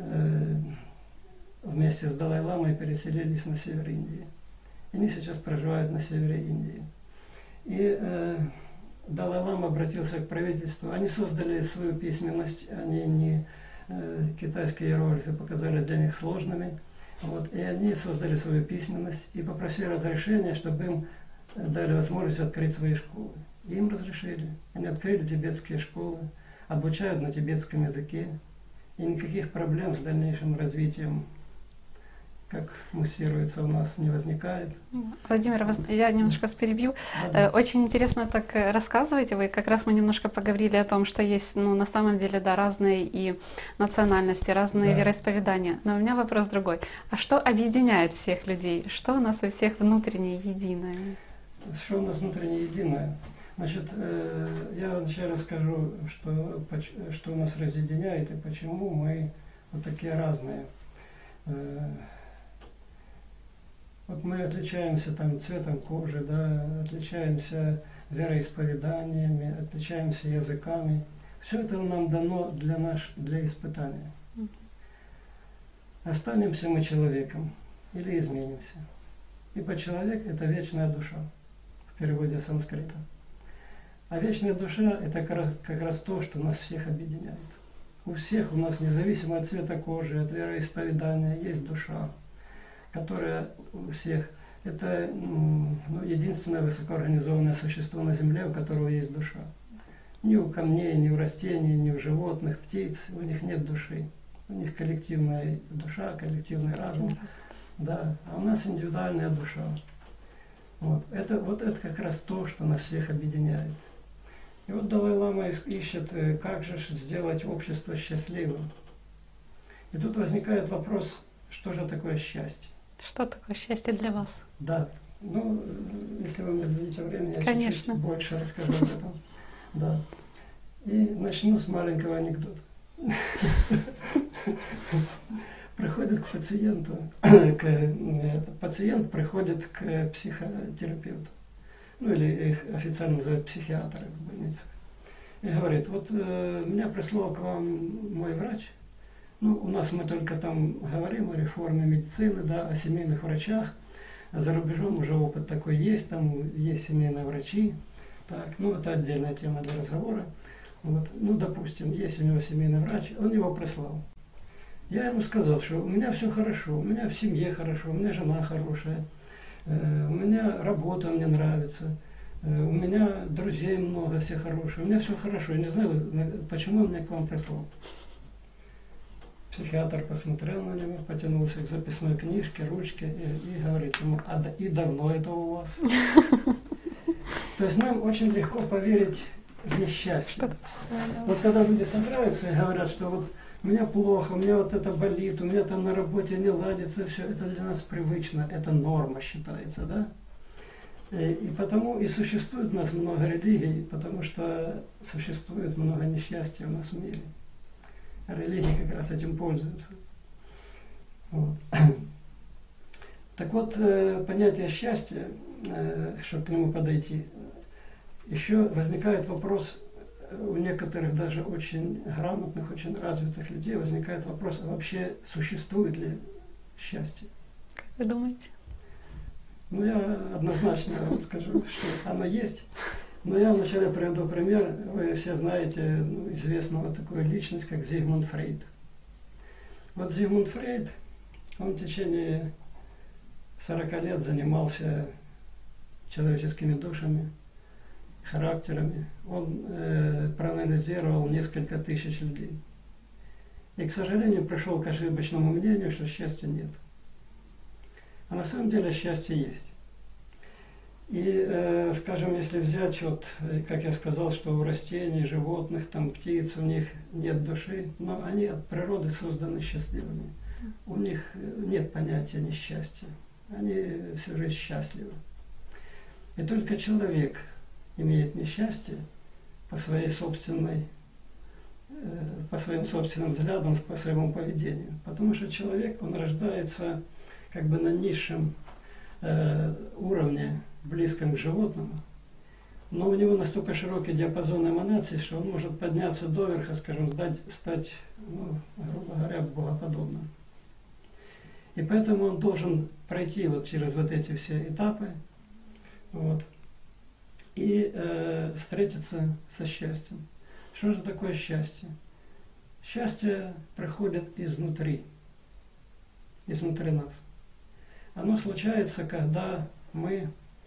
вместе с Далай-ламой переселились на север Индии. И они сейчас проживают на севере Индии. И Далай-лама обратился к правительству. Они создали свою письменность, они не китайские иероглифы показали для них сложными. Вот, и они создали свою письменность и попросили разрешения, чтобы им дали возможность открыть свои школы. И им разрешили. Они открыли тибетские школы, обучают на тибетском языке. И никаких проблем с дальнейшим развитием, как муссируется у нас, не возникает. Владимир, я немножко перебью. Очень интересно так рассказываете вы. Как раз мы немножко поговорили о том, что есть, ну, на самом деле, да, разные и национальности, разные вероисповедания. Но у меня вопрос другой. А что объединяет всех людей? Что у нас у всех внутреннее единое? Что у нас внутреннее единое? Значит, я вам сейчас расскажу, что у нас разъединяет и почему мы вот такие разные. Вот мы отличаемся там цветом кожи, да, отличаемся вероисповеданиями, отличаемся языками. Все это нам дано для испытания. Останемся мы человеком или изменимся. Ибо человек – это вечная душа, в переводе с санскрита. А вечная душа – это как раз то, что нас всех объединяет. У всех у нас, независимо от цвета кожи, от вероисповедания, есть душа, которая у всех – это единственное высокоорганизованное существо на Земле, у которого есть душа. Ни у камней, ни у растений, ни у животных, птиц, у них нет души. У них коллективная душа, коллективный разум. Да, а у нас индивидуальная душа. Вот это как раз то, что нас всех объединяет. И вот Далай-лама ищет, как же сделать общество счастливым. И тут возникает вопрос, что же такое счастье? Что такое счастье для вас? Да, ну, если вы мне дадите время, я чуть-чуть больше расскажу об этом. Да. И начну с маленького анекдота. Приходит к пациенту, пациент приходит к психотерапевту, ну или их официально называют психиатры в больницах, и говорит, вот меня прислал к вам мой врач, ну у нас мы только там говорим о реформе медицины, да, о семейных врачах, а за рубежом уже опыт такой есть, там есть семейные врачи, так, ну это отдельная тема для разговора, вот, ну допустим, есть у него семейный врач, он его прислал. Я ему сказал, что у меня все хорошо, у меня в семье хорошо, у меня жена хорошая, у меня работа мне нравится, у меня друзей много, все хорошие, у меня все хорошо. Я не знаю, почему он меня к вам прислал. Психиатр посмотрел на него, потянулся к записной книжке, ручке и говорит ему: и давно это у вас? То есть нам очень легко поверить в несчастье. Вот когда люди собираются и говорят, что вот у меня плохо, у меня вот это болит, у меня там на работе не ладится, все это для нас привычно, это норма считается, да? И потому и существует у нас много религий, потому что существует много несчастья у нас в мире. Религии как раз этим пользуются. Вот. Так вот, понятие счастья, чтобы к нему подойти, еще возникает вопрос у некоторых даже очень грамотных, очень развитых людей, возникает вопрос, а вообще существует ли счастье? Как вы думаете? Ну, я однозначно вам скажу, что оно есть. Но я вначале приведу пример. Вы все знаете известного такую личность, как Зигмунд Фрейд. Вот Зигмунд Фрейд, он в течение 40 лет занимался человеческими душами, характерами. Он проанализировал несколько тысяч людей. И, к сожалению, пришел к ошибочному мнению, что счастья нет. А на самом деле счастье есть. И, скажем, если взять, вот, как я сказал, что у растений, животных, там, птиц, у них нет души, но они от природы созданы счастливыми. У них нет понятия несчастья. Они всю жизнь счастливы. И только человек имеет несчастье по своей собственной, по своим собственным взглядам, по своему поведению. Потому что человек, он рождается как бы на низшем уровне, близком к животному, но у него настолько широкий диапазон эманаций, что он может подняться доверха, скажем, стать, грубо говоря, богоподобным. И поэтому он должен пройти вот через вот эти все этапы, вот, и встретиться со счастьем. Что же такое счастье? Счастье приходит изнутри нас. Оно случается, когда мы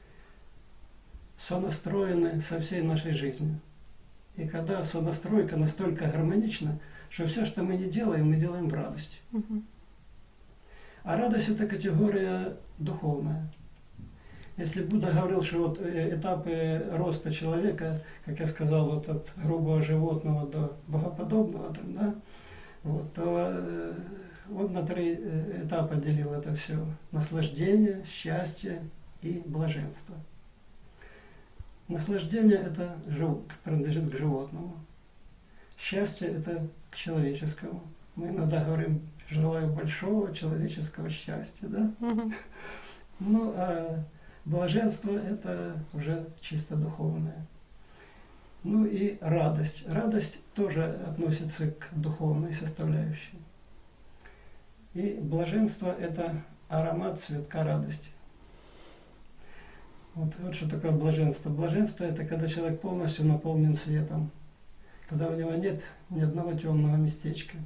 сонастроены со всей нашей жизнью. И когда сонастройка настолько гармонична, что все, что мы не делаем, мы делаем в радости. А радость – это категория духовная. Если Будда говорил, что вот этапы роста человека, как я сказал, вот от грубого животного до богоподобного, там, да, вот, то он на 3 этапа делил это все. Наслаждение, счастье и блаженство. Наслаждение это принадлежит к животному. Счастье это к человеческому. Мы иногда говорим: желаю большого человеческого счастья, да? Ну, а блаженство это уже чисто духовное. Ну и радость. Радость тоже относится к духовной составляющей. И блаженство это аромат цветка радости. Вот что такое блаженство. Блаженство это когда человек полностью наполнен светом, когда у него нет ни одного темного местечка.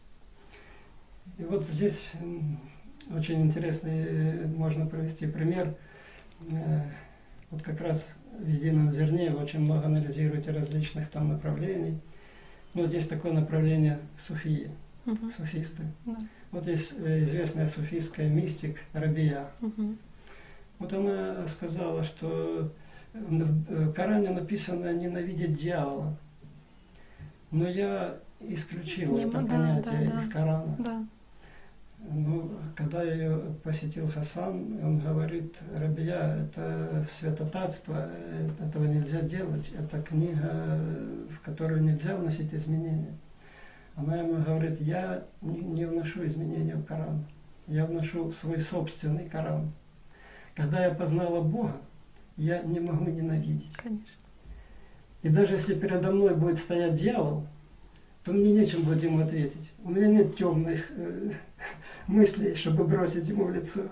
И вот здесь очень интересный можно привести пример. Вот как раз в едином зерне вы очень много анализируете различных там направлений. Ну, вот есть такое направление суфии, суфисты. Вот есть известная суфийская мистик Рабия. Вот она сказала, что в Коране написано ненавидеть дьявола. Но я исключил это понятие из Корана. Да. Ну, когда я ее посетил Хасан, он говорит: Рабия, это святотатство, этого нельзя делать, это книга, в которую нельзя вносить изменения. Она ему говорит: я не вношу изменения в Коран, я вношу в свой собственный Коран. Когда я познала Бога, я не могу ненавидеть. Конечно. И даже если передо мной будет стоять дьявол, то мне нечем будет ему ответить. У меня нет темных мыслей, чтобы бросить ему в лицо.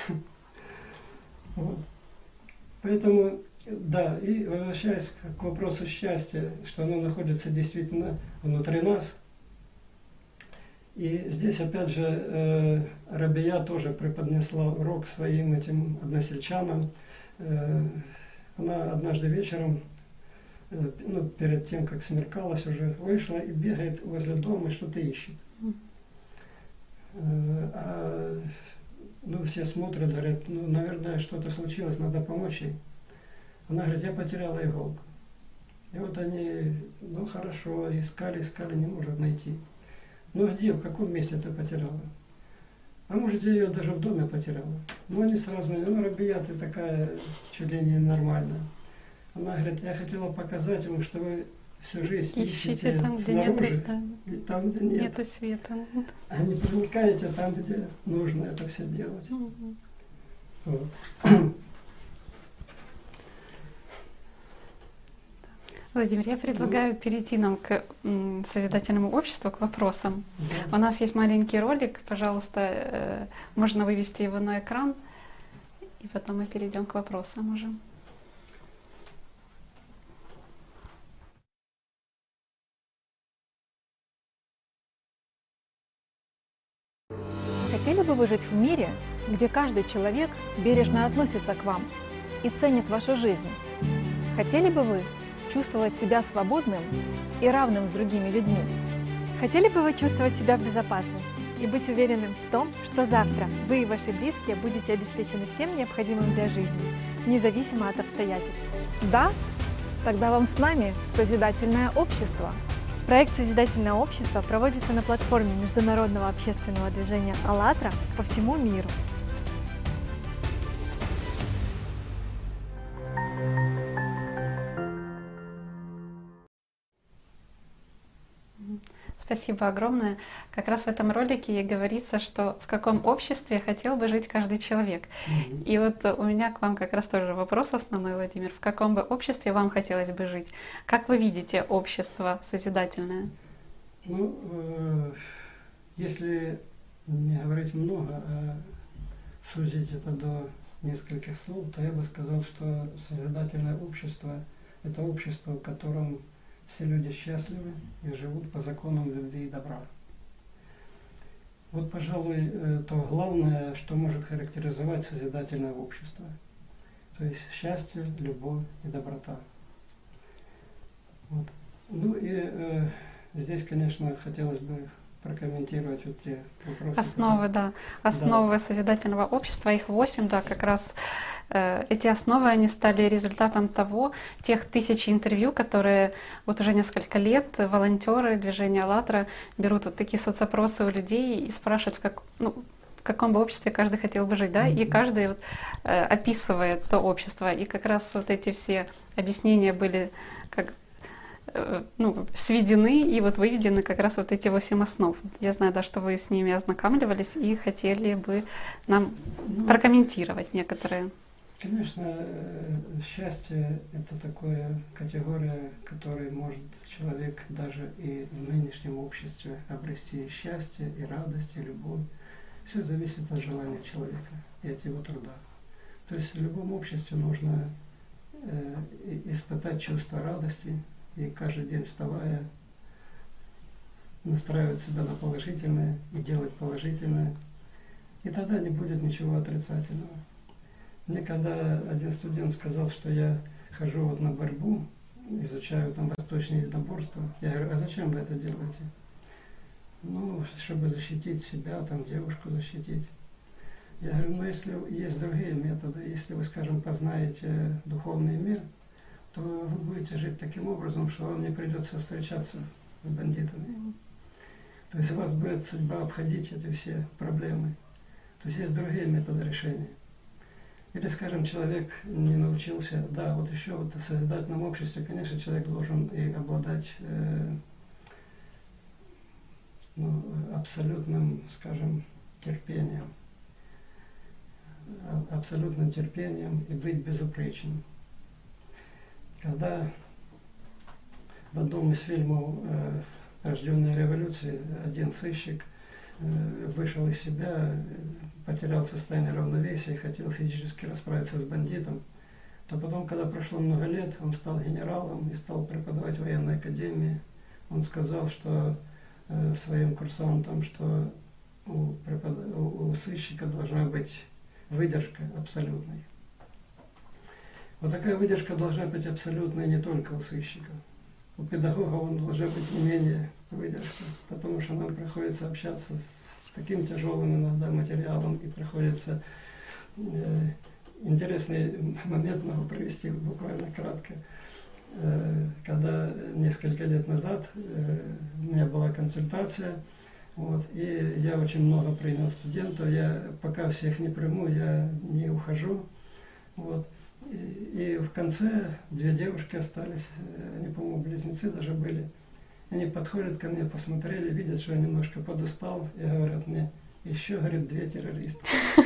Вот. Поэтому, да, и возвращаясь к вопросу счастья, что оно находится действительно внутри нас. И здесь опять же Рабия тоже преподнесла урок своим этим односельчанам. Она однажды вечером, ну, перед тем, как смеркалось, уже вышла и бегает возле дома и что-то ищет. Ну, все смотрят, говорят, ну, наверное, что-то случилось, надо помочь ей. Она говорит, я потеряла иголку. И вот они, ну хорошо, искали, не может найти. Ну а где, в каком месте ты потеряла? А может, я ее даже в доме потеряла. Ну они сразу, ну Рабия, ты такая чуть ли не нормальная. Она говорит, я хотела показать ему, что вы всю жизнь ищете там, где снаружи, нет, и там, где нет. нету света. А не привлекаете там, где нужно это все делать. Вот. Владимир, я предлагаю перейти нам к созидательному обществу, к вопросам. Да. У нас есть маленький ролик, пожалуйста, можно вывести его на экран, и потом мы перейдем к вопросам уже. Хотели бы вы жить в мире, где каждый человек бережно относится к вам и ценит вашу жизнь? Хотели бы вы чувствовать себя свободным и равным с другими людьми? Хотели бы вы чувствовать себя в безопасности и быть уверенным в том, что завтра вы и ваши близкие будете обеспечены всем необходимым для жизни, независимо от обстоятельств? Да? Тогда вам с нами созидательное общество. Проект «Созидательное общество» проводится на платформе международного общественного движения «АЛЛАТРА» по всему миру. Спасибо огромное. Как раз в этом ролике и говорится, что в каком обществе хотел бы жить каждый человек. И вот у меня к вам как раз тоже вопрос основной, Владимир. В каком бы обществе вам хотелось бы жить? Как вы видите общество созидательное? Ну, если не говорить много, а сузить это до нескольких слов, то я бы сказал, что созидательное общество – это общество, в котором все люди счастливы и живут по законам любви и добра. Вот, пожалуй, то главное, что может характеризовать созидательное общество. То есть счастье, любовь и доброта. Вот. Ну и здесь, конечно, хотелось бы прокомментировать вот те вопросы. Основы, да. Основы созидательного общества, их 8, да, как раз эти основы, они стали результатом тех тысяч интервью, которые вот уже несколько лет волонтеры движения «АЛЛАТРА» берут вот такие соцопросы у людей и спрашивают, в каком бы обществе каждый хотел бы жить, да, и каждый вот, описывает то общество. И как раз вот эти все объяснения были сведены и вот выведены как раз вот эти 8 основ. Я знаю, да, что вы с ними ознакомливались и хотели бы нам прокомментировать некоторые. Конечно, счастье – это такая категория, которой может человек даже и в нынешнем обществе обрести счастье, и радость, и любовь. Все зависит от желания человека и от его труда. То есть в любом обществе нужно испытать чувство радости, и каждый день вставая, настраивать себя на положительное и делать положительное. И тогда не будет ничего отрицательного. Мне когда один студент сказал, что я хожу вот на борьбу, изучаю там восточные единоборства, я говорю, а зачем вы это делаете? Ну, чтобы защитить себя, там девушку защитить. Я говорю, ну если есть другие методы, если вы, скажем, познаете духовный мир, то вы будете жить таким образом, что вам не придется встречаться с бандитами. То есть у вас будет судьба обходить эти все проблемы. То есть есть другие методы решения. Или, скажем, человек не научился, да, вот еще вот в созидательном обществе, конечно, человек должен и обладать абсолютным, скажем, терпением. Абсолютным терпением и быть безупречным. Когда в одном из фильмов «Рожденная революцией» один сыщик вышел из себя, потерял состояние равновесия и хотел физически расправиться с бандитом, то потом, когда прошло много лет, он стал генералом и стал преподавать в военной академии. Он сказал, что своим курсантам, что у сыщика должна быть выдержка абсолютной. Вот такая выдержка должна быть абсолютной не только у сыщика. У педагога он должна быть не менее выдержка, потому что нам приходится общаться с таким тяжелым иногда материалом, и приходится интересный момент могу привести буквально кратко. Когда несколько лет назад у меня была консультация, вот, и я очень много принял студентов, я пока всех не приму, я не ухожу. Вот. И в конце 2 девушки остались, они, по-моему, близнецы даже были. Они подходят ко мне, посмотрели, видят, что я немножко подустал, и говорят мне: еще, говорит, 2 террориста.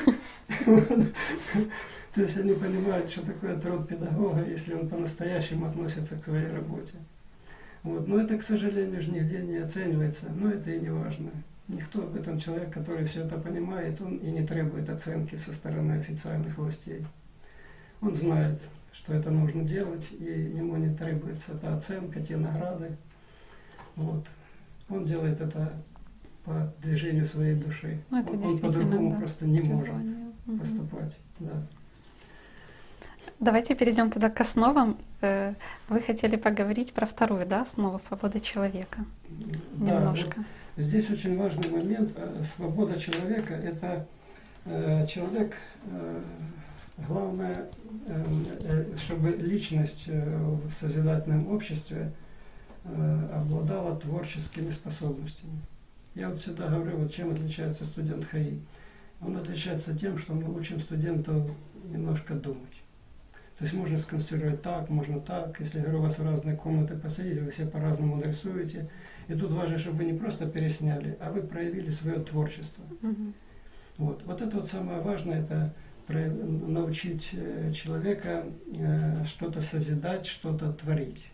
То есть они понимают, что такое труд педагога, если он по-настоящему относится к своей работе. Вот. Но это, к сожалению, же нигде не оценивается, но это и не важно. Никто об этом, человек, который все это понимает, он и не требует оценки со стороны официальных властей. Он знает, что это нужно делать, и ему не требуется та оценка, те награды. Вот. Он делает это по движению своей души. Он по-другому просто не может поступать. Да. Давайте перейдем тогда к основам. Вы хотели поговорить про вторую, да, основу свободы человека? Да, Немножко. Вот здесь очень важный момент. Свобода человека – это человек, главное, чтобы личность в созидательном обществе обладала творческими способностями. Я вот всегда говорю, вот чем отличается студент ХАИ. Он отличается тем, что мы учим студентов немножко думать. То есть можно сконструировать так, можно так. Если, говорю, вас в разные комнаты посадить, вы все по-разному рисуете. И тут важно, чтобы вы не просто пересняли, а вы проявили свое творчество. Вот это вот самое важное, это научить человека что-то созидать, что-то творить.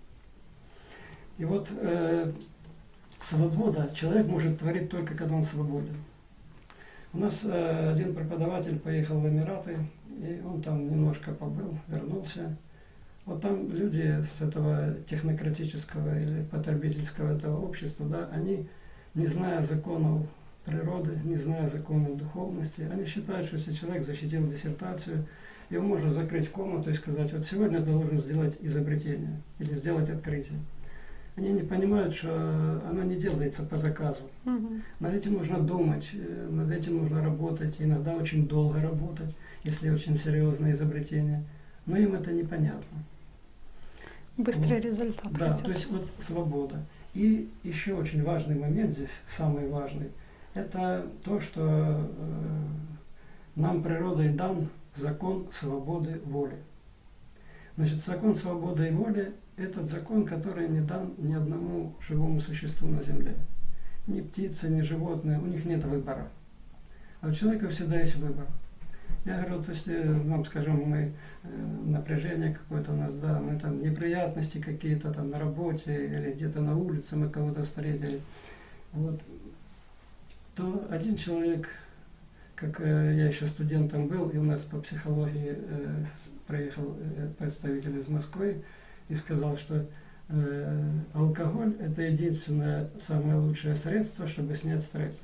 И вот свобода, человек может творить только, когда он свободен. У нас один преподаватель поехал в Эмираты, и он там немножко побыл, вернулся. Вот там люди с этого технократического или потребительского этого общества, да, они, не зная законов природы, не зная законов духовности, они считают, что если человек защитил диссертацию, его можно закрыть в комнату и сказать: вот сегодня ты должен сделать изобретение или сделать открытие. Они не понимают, что оно не делается по заказу. Над этим нужно думать, над этим нужно работать, иногда очень долго работать, если очень серьезное изобретение. Но им это непонятно. Быстрый результат. Да, хотят. то есть вот свобода. И еще очень важный момент здесь, самый важный, это то, что нам природой дан закон свободы воли. Значит, закон свободы и воли – этот закон, который не дан ни одному живому существу на Земле. Ни птицы, ни животные, у них нет выбора. А у человека всегда есть выбор. Я говорю, вот если нам, скажем, мы напряжение какое-то у нас, да, мы там неприятности какие-то там на работе или где-то на улице, мы кого-то встретили, вот, то один человек, как я еще студентом был, и у нас по психологии приехал представитель из Москвы и сказал, что алкоголь – это единственное самое лучшее средство, чтобы снять стресс.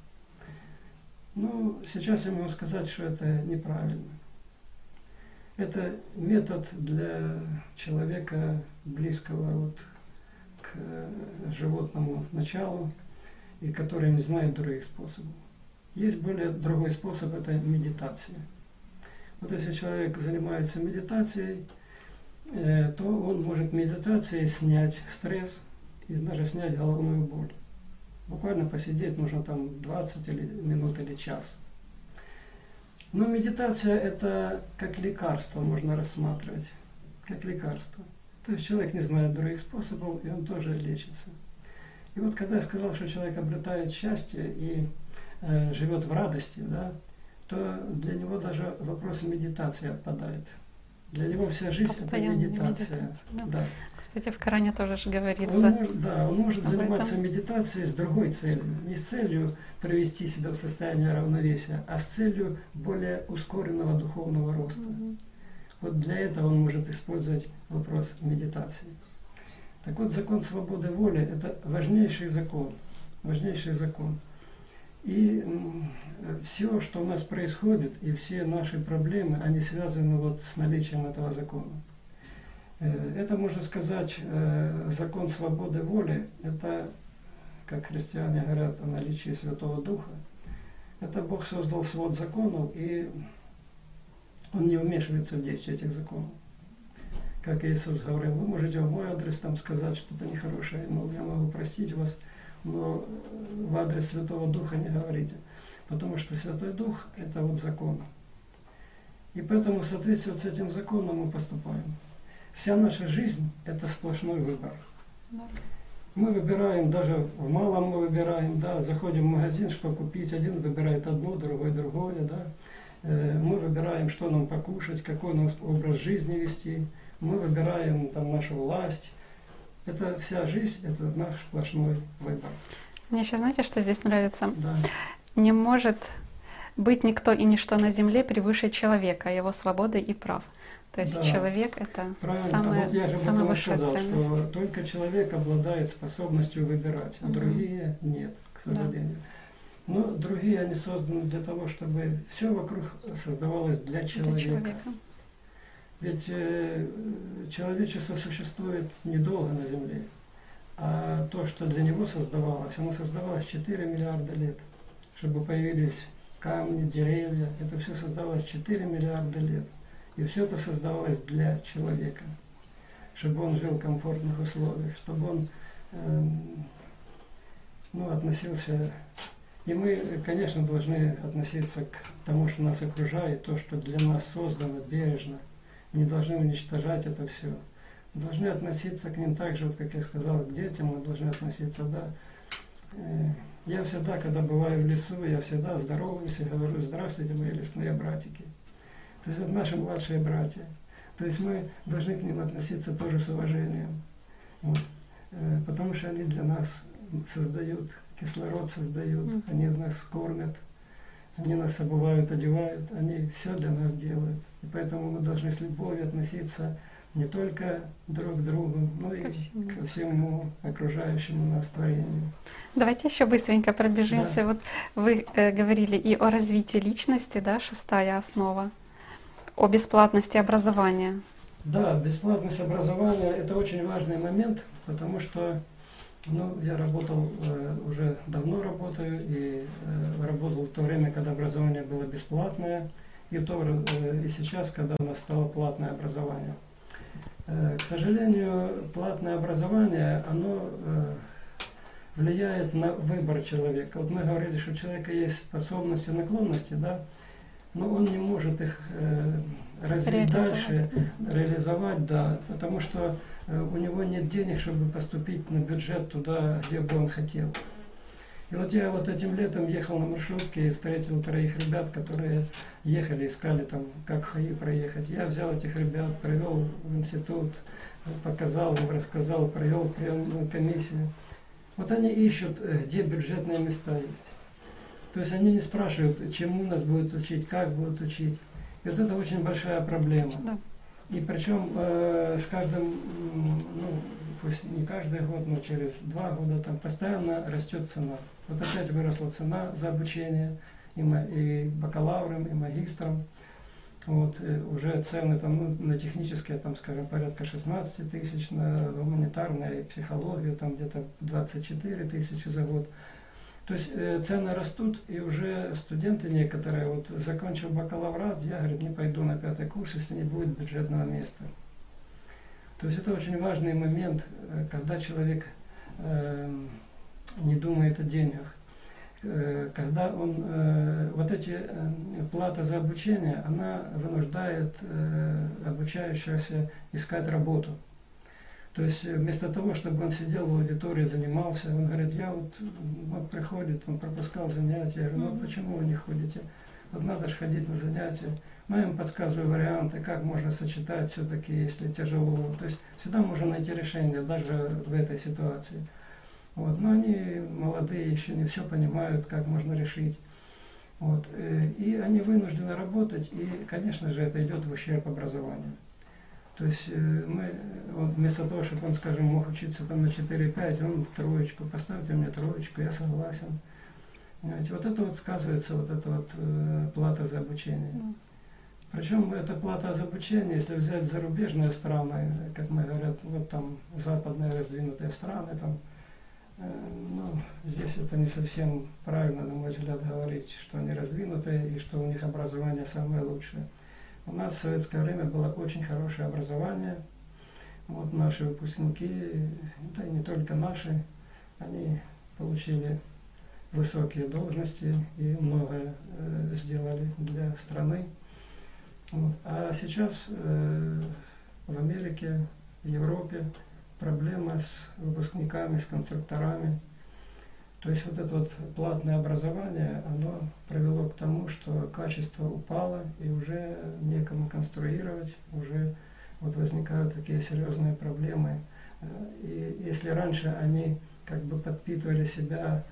Ну, сейчас я могу сказать, что это неправильно. Это метод для человека, близкого вот к животному началу, и который не знает других способов. Есть более другой способ – это медитация. Вот если человек занимается медитацией, то он может медитацией снять стресс и даже снять головную боль. Буквально посидеть нужно там 20 минут или час. Но медитация – это как лекарство можно рассматривать, как лекарство. То есть человек не знает других способов, и он тоже лечится. И вот когда я сказал, что человек обретает счастье и живет в радости, да, то для него даже вопрос медитации отпадает. Для него вся жизнь – это медитация. Да. Кстати, в Коране тоже же говорится. Он может заниматься медитацией с другой целью. Не с целью привести себя в состояние равновесия, а с целью более ускоренного духовного роста. Вот для этого он может использовать вопрос медитации. Так вот, закон свободы воли – это важнейший закон. важнейший закон. И все, что у нас происходит, и все наши проблемы, они связаны вот с наличием этого закона. Это, можно сказать, закон свободы воли, это, как христиане говорят о наличии Святого Духа, это Бог создал свод законов, и Он не вмешивается в действие этих законов. Как Иисус говорил, вы можете в мой адрес там сказать что-то нехорошее, мол, я могу простить вас, но в адрес Святого Духа не говорите, потому что Святой Дух – это вот закон. И поэтому в соответствии с этим законом мы поступаем. Вся наша жизнь – это сплошной выбор. Мы выбираем, даже в малом мы выбираем, да, заходим в магазин, что купить, один выбирает одно, другой другое, да. Мы выбираем, что нам покушать, какой нам образ жизни вести, мы выбираем там нашу власть. Это вся жизнь, это наш сплошной выбор. Мне еще, знаете, что здесь нравится? Да. Не может быть никто и ничто на земле превыше человека, его свободы и прав. То есть Да. человек — это Правильно, самая, вот я же об самая этом высшая сказал, ценность. что только человек обладает способностью выбирать, а другие нет, к сожалению. Но другие, они созданы для того, чтобы все вокруг создавалось для Для человека. Ведь человечество существует недолго на Земле, а то, что для него создавалось, оно создавалось 4 миллиарда лет. Чтобы появились камни, деревья, это все создавалось 4 миллиарда лет. И все это создавалось для человека, чтобы он жил в комфортных условиях, чтобы он относился. И мы, конечно, должны относиться к тому, что нас окружает, то, что для нас создано, бережно. Не должны уничтожать это все. Должны относиться к ним так же, вот, как я сказал, к детям мы должны относиться, да. Я всегда, когда бываю в лесу, я всегда здороваюсь и говорю: здравствуйте, мои лесные братики. То есть это наши младшие братья. То есть мы должны к ним относиться тоже с уважением. Вот. Потому что они для нас создают, кислород создают, они нас кормят, они нас обувают, одевают, они все для нас делают. И поэтому мы должны с любовью относиться не только друг к другу, но и ко всему окружающему нас творению. Давайте еще быстренько пробежимся. Да. Вот вы говорили и о развитии личности, да, 6-я основа, о бесплатности образования. Да, бесплатность образования – это очень важный момент, потому что я работал, уже давно работаю, и работал в то время, когда образование было бесплатное, и сейчас, когда у нас стало платное образование. К сожалению, платное образование, оно влияет на выбор человека. Вот мы говорили, что у человека есть способности, наклонности, да, но он не может их развить дальше, реализовать, да, потому что у него нет денег, чтобы поступить на бюджет туда, где бы он хотел. И вот я вот этим летом ехал на маршрутке и встретил 3 ребят, которые ехали, искали там, как в ХАИ проехать. Я взял этих ребят, привел в институт, показал им, рассказал, провел приемную комиссию. Вот они ищут, где бюджетные места есть. То есть они не спрашивают, чему нас будут учить, как будут учить. И вот это очень большая проблема. Да. И причем с каждым, пусть не каждый год, но через 2 года там постоянно растет цена. Вот опять выросла цена за обучение и бакалаврам, и магистрам. Вот, уже цены там, на технические, там, скажем, порядка 16 тысяч, на гуманитарную и психологию там где-то 24 тысячи за год. То есть цены растут, и уже студенты некоторые, вот закончив бакалаврат, я, говорит, не пойду на 5-й курс, если не будет бюджетного места. То есть это очень важный момент, когда человек не думает о деньгах. Когда он, вот эти плата за обучение, она вынуждает обучающегося искать работу. То есть вместо того, чтобы он сидел в аудитории, занимался, он говорит: я вот приходит, он пропускал занятия. Я говорю: почему вы не ходите? Вот надо же ходить на занятия. Я им подсказываю варианты, как можно сочетать все-таки, если тяжело. То есть всегда можно найти решение, даже в этой ситуации. Вот. Но они молодые, еще не все понимают, как можно решить. Вот. И они вынуждены работать, и, конечно же, это идет в ущерб образованию. То есть он вместо того, чтобы он, скажем, мог учиться там на 4-5, он троечку, поставьте мне троечку, я согласен. Понимаете, вот это вот сказывается, вот эта вот плата за обучение. Причем эта плата за обучение, если взять зарубежные страны, как мы говорят, вот там западные раздвинутые страны, там, ну, здесь это не совсем правильно, на мой взгляд, говорить, что они раздвинутые и что у них образование самое лучшее. У нас в советское время было очень хорошее образование. Вот наши выпускники, да и не только наши, они получили высокие должности и многое сделали для страны. Вот. А сейчас в Америке, в Европе проблема с выпускниками, с конструкторами. То есть вот это вот платное образование, оно привело к тому, что качество упало и уже некому конструировать, уже вот возникают такие серьезные проблемы. И если раньше они как бы подпитывали себя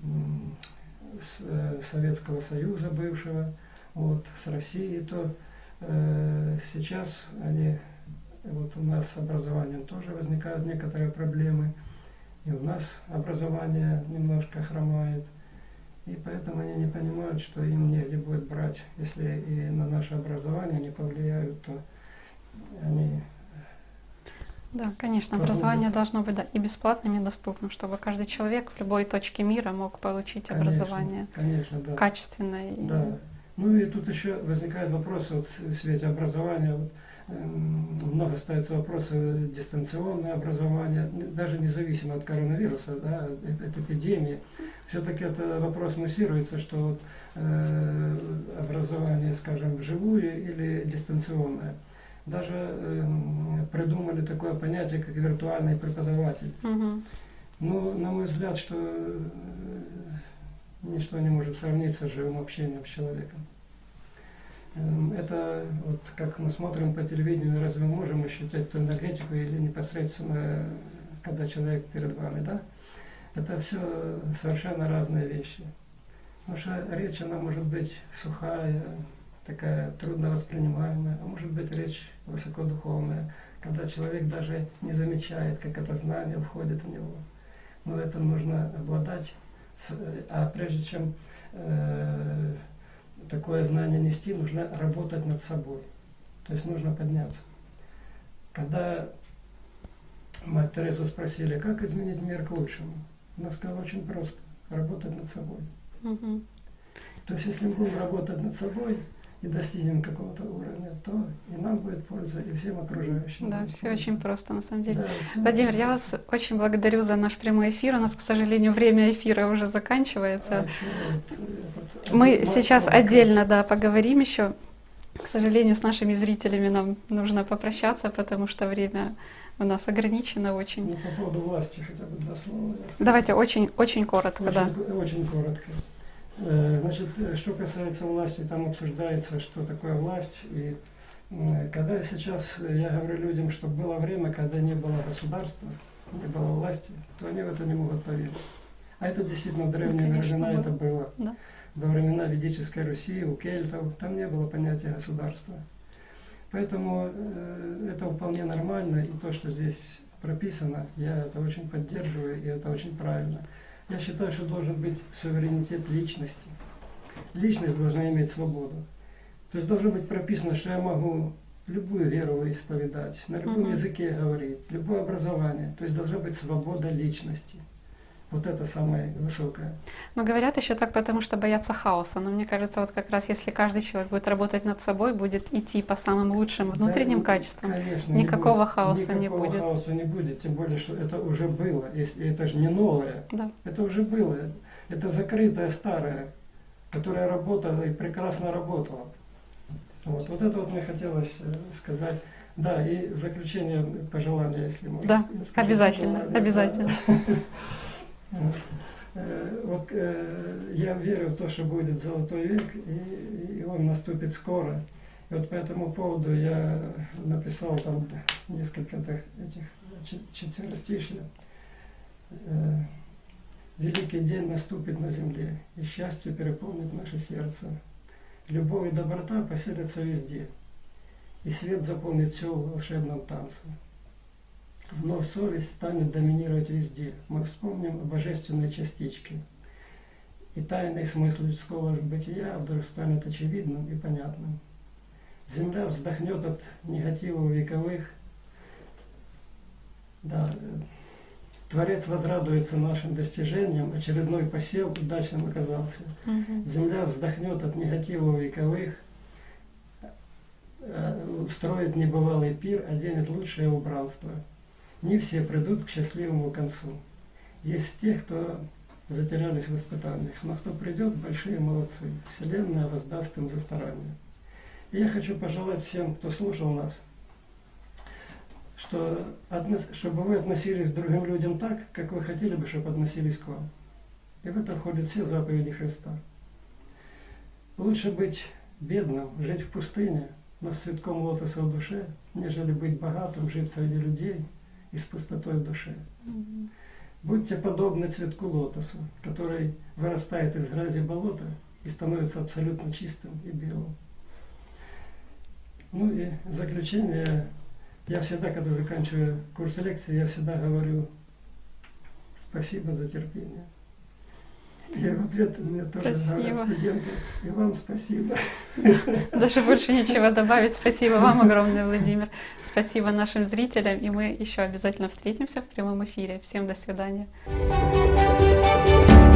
с Советского Союза бывшего, вот, с России, то сейчас они, вот у нас с образованием тоже возникают некоторые проблемы, и у нас образование немножко хромает, и поэтому они не понимают, что им негде будет брать. Если и на наше образование не повлияют, то они... Да, конечно, образование должно быть, да, и бесплатным, и доступным, чтобы каждый человек в любой точке мира мог получить образование. Конечно, да. Качественное. Да. Ну и тут еще возникает вопрос вот, в свете образования. Вот, много ставится вопросы дистанционное образование, даже независимо от коронавируса, да, от эпидемии. Все-таки этот вопрос муссируется, что вот, образование, скажем, вживую или дистанционное. Даже придумали такое понятие, как виртуальный преподаватель. Ну, на мой взгляд, что ничто не может сравниться с живым общением с человеком. Это вот как мы смотрим по телевидению, разве мы можем ощутить ту энергетику или непосредственно, когда человек перед вами, да? Это все совершенно разные вещи. Потому что речь, она может быть сухая, такая трудновоспринимаемая, а может быть речь высокодуховная, когда человек даже не замечает, как это знание входит в него. Но это нужно обладать, а прежде чем такое знание нести, нужно работать над собой. То есть нужно подняться. Когда мать Терезу спросили, как изменить мир к лучшему, она сказала очень просто: работать над собой. То есть если мы будем работать над собой и достигнем какого-то уровня, то и нам будет польза, и всем окружающим. Да, все очень просто на самом деле. Да, Владимир, я вас очень благодарю за наш прямой эфир. У нас, к сожалению, время эфира уже заканчивается. Мы сейчас отдельно, да, поговорим еще. К сожалению, с нашими зрителями нам нужно попрощаться, потому что время у нас ограничено очень. Ну, по поводу власти хотя бы 2 слова. Давайте очень коротко, очень, да. Очень коротко. Значит, что касается власти, там обсуждается, что такое власть. И когда сейчас я говорю людям, что было время, когда не было государства, не было власти, то они в это не могут поверить. А это действительно в древние времена это было. Да. Во времена ведической Руси, у кельтов, там не было понятия государства. Поэтому это вполне нормально, и то, что здесь прописано, я это очень поддерживаю, и это очень правильно. Я считаю, что должен быть суверенитет личности. Личность должна иметь свободу. То есть должно быть прописано, что я могу любую веру исповедать, на любом языке говорить, любое образование. То есть должна быть свобода личности. Вот это самое высокое. Но говорят еще так, потому что боятся хаоса. Но мне кажется, вот как раз если каждый человек будет работать над собой, будет идти по самым лучшим внутренним да, качествам, конечно, никакого хаоса не будет. Никакого хаоса не будет, тем более, что это уже было. И это же не новое. Да. Это уже было. Это закрытое старое, которое работало и прекрасно работало. Вот это вот мне хотелось сказать. Да, и в заключение пожелания, если можно. Да, обязательно, обязательно. Вот я верю в то, что будет золотой век, и он наступит скоро. И вот по этому поводу я написал там несколько этих четверостишья. Великий день наступит на земле, и счастье переполнит наше сердце. Любовь и доброта поселятся везде. и свет заполнит все в волшебном танце. Вновь совесть станет доминировать везде. Мы вспомним о божественной частичке. И тайный смысл людского бытия вдруг станет очевидным и понятным. Земля вздохнет от негатива вековых. Да, Творец возрадуется нашим достижениям, очередной посев удачным оказался. Земля вздохнет от негатива вековых, устроит небывалый пир, оденет лучшее убранство. Не все придут к счастливому концу. Есть те, кто затерялись в испытаниях, но кто придет, большие молодцы. Вселенная воздаст им за старание. И я хочу пожелать всем, кто слушал нас, чтобы вы относились к другим людям так, как вы хотели бы, чтобы относились к вам. И в это входят все заповеди Христа. Лучше быть бедным, жить в пустыне, но с цветком лотоса в душе, нежели быть богатым, жить среди людей и с пустотой в душе. Будьте подобны цветку лотоса, который вырастает из грязи болота и становится абсолютно чистым и белым. Ну и в заключение, я всегда, когда заканчиваю курс лекций, я всегда говорю спасибо за терпение. И в ответ мне тоже говорят студенты, и вам спасибо. Даже больше ничего добавить. Спасибо вам огромное, Владимир. Спасибо нашим зрителям, и мы еще обязательно встретимся в прямом эфире. Всем до свидания.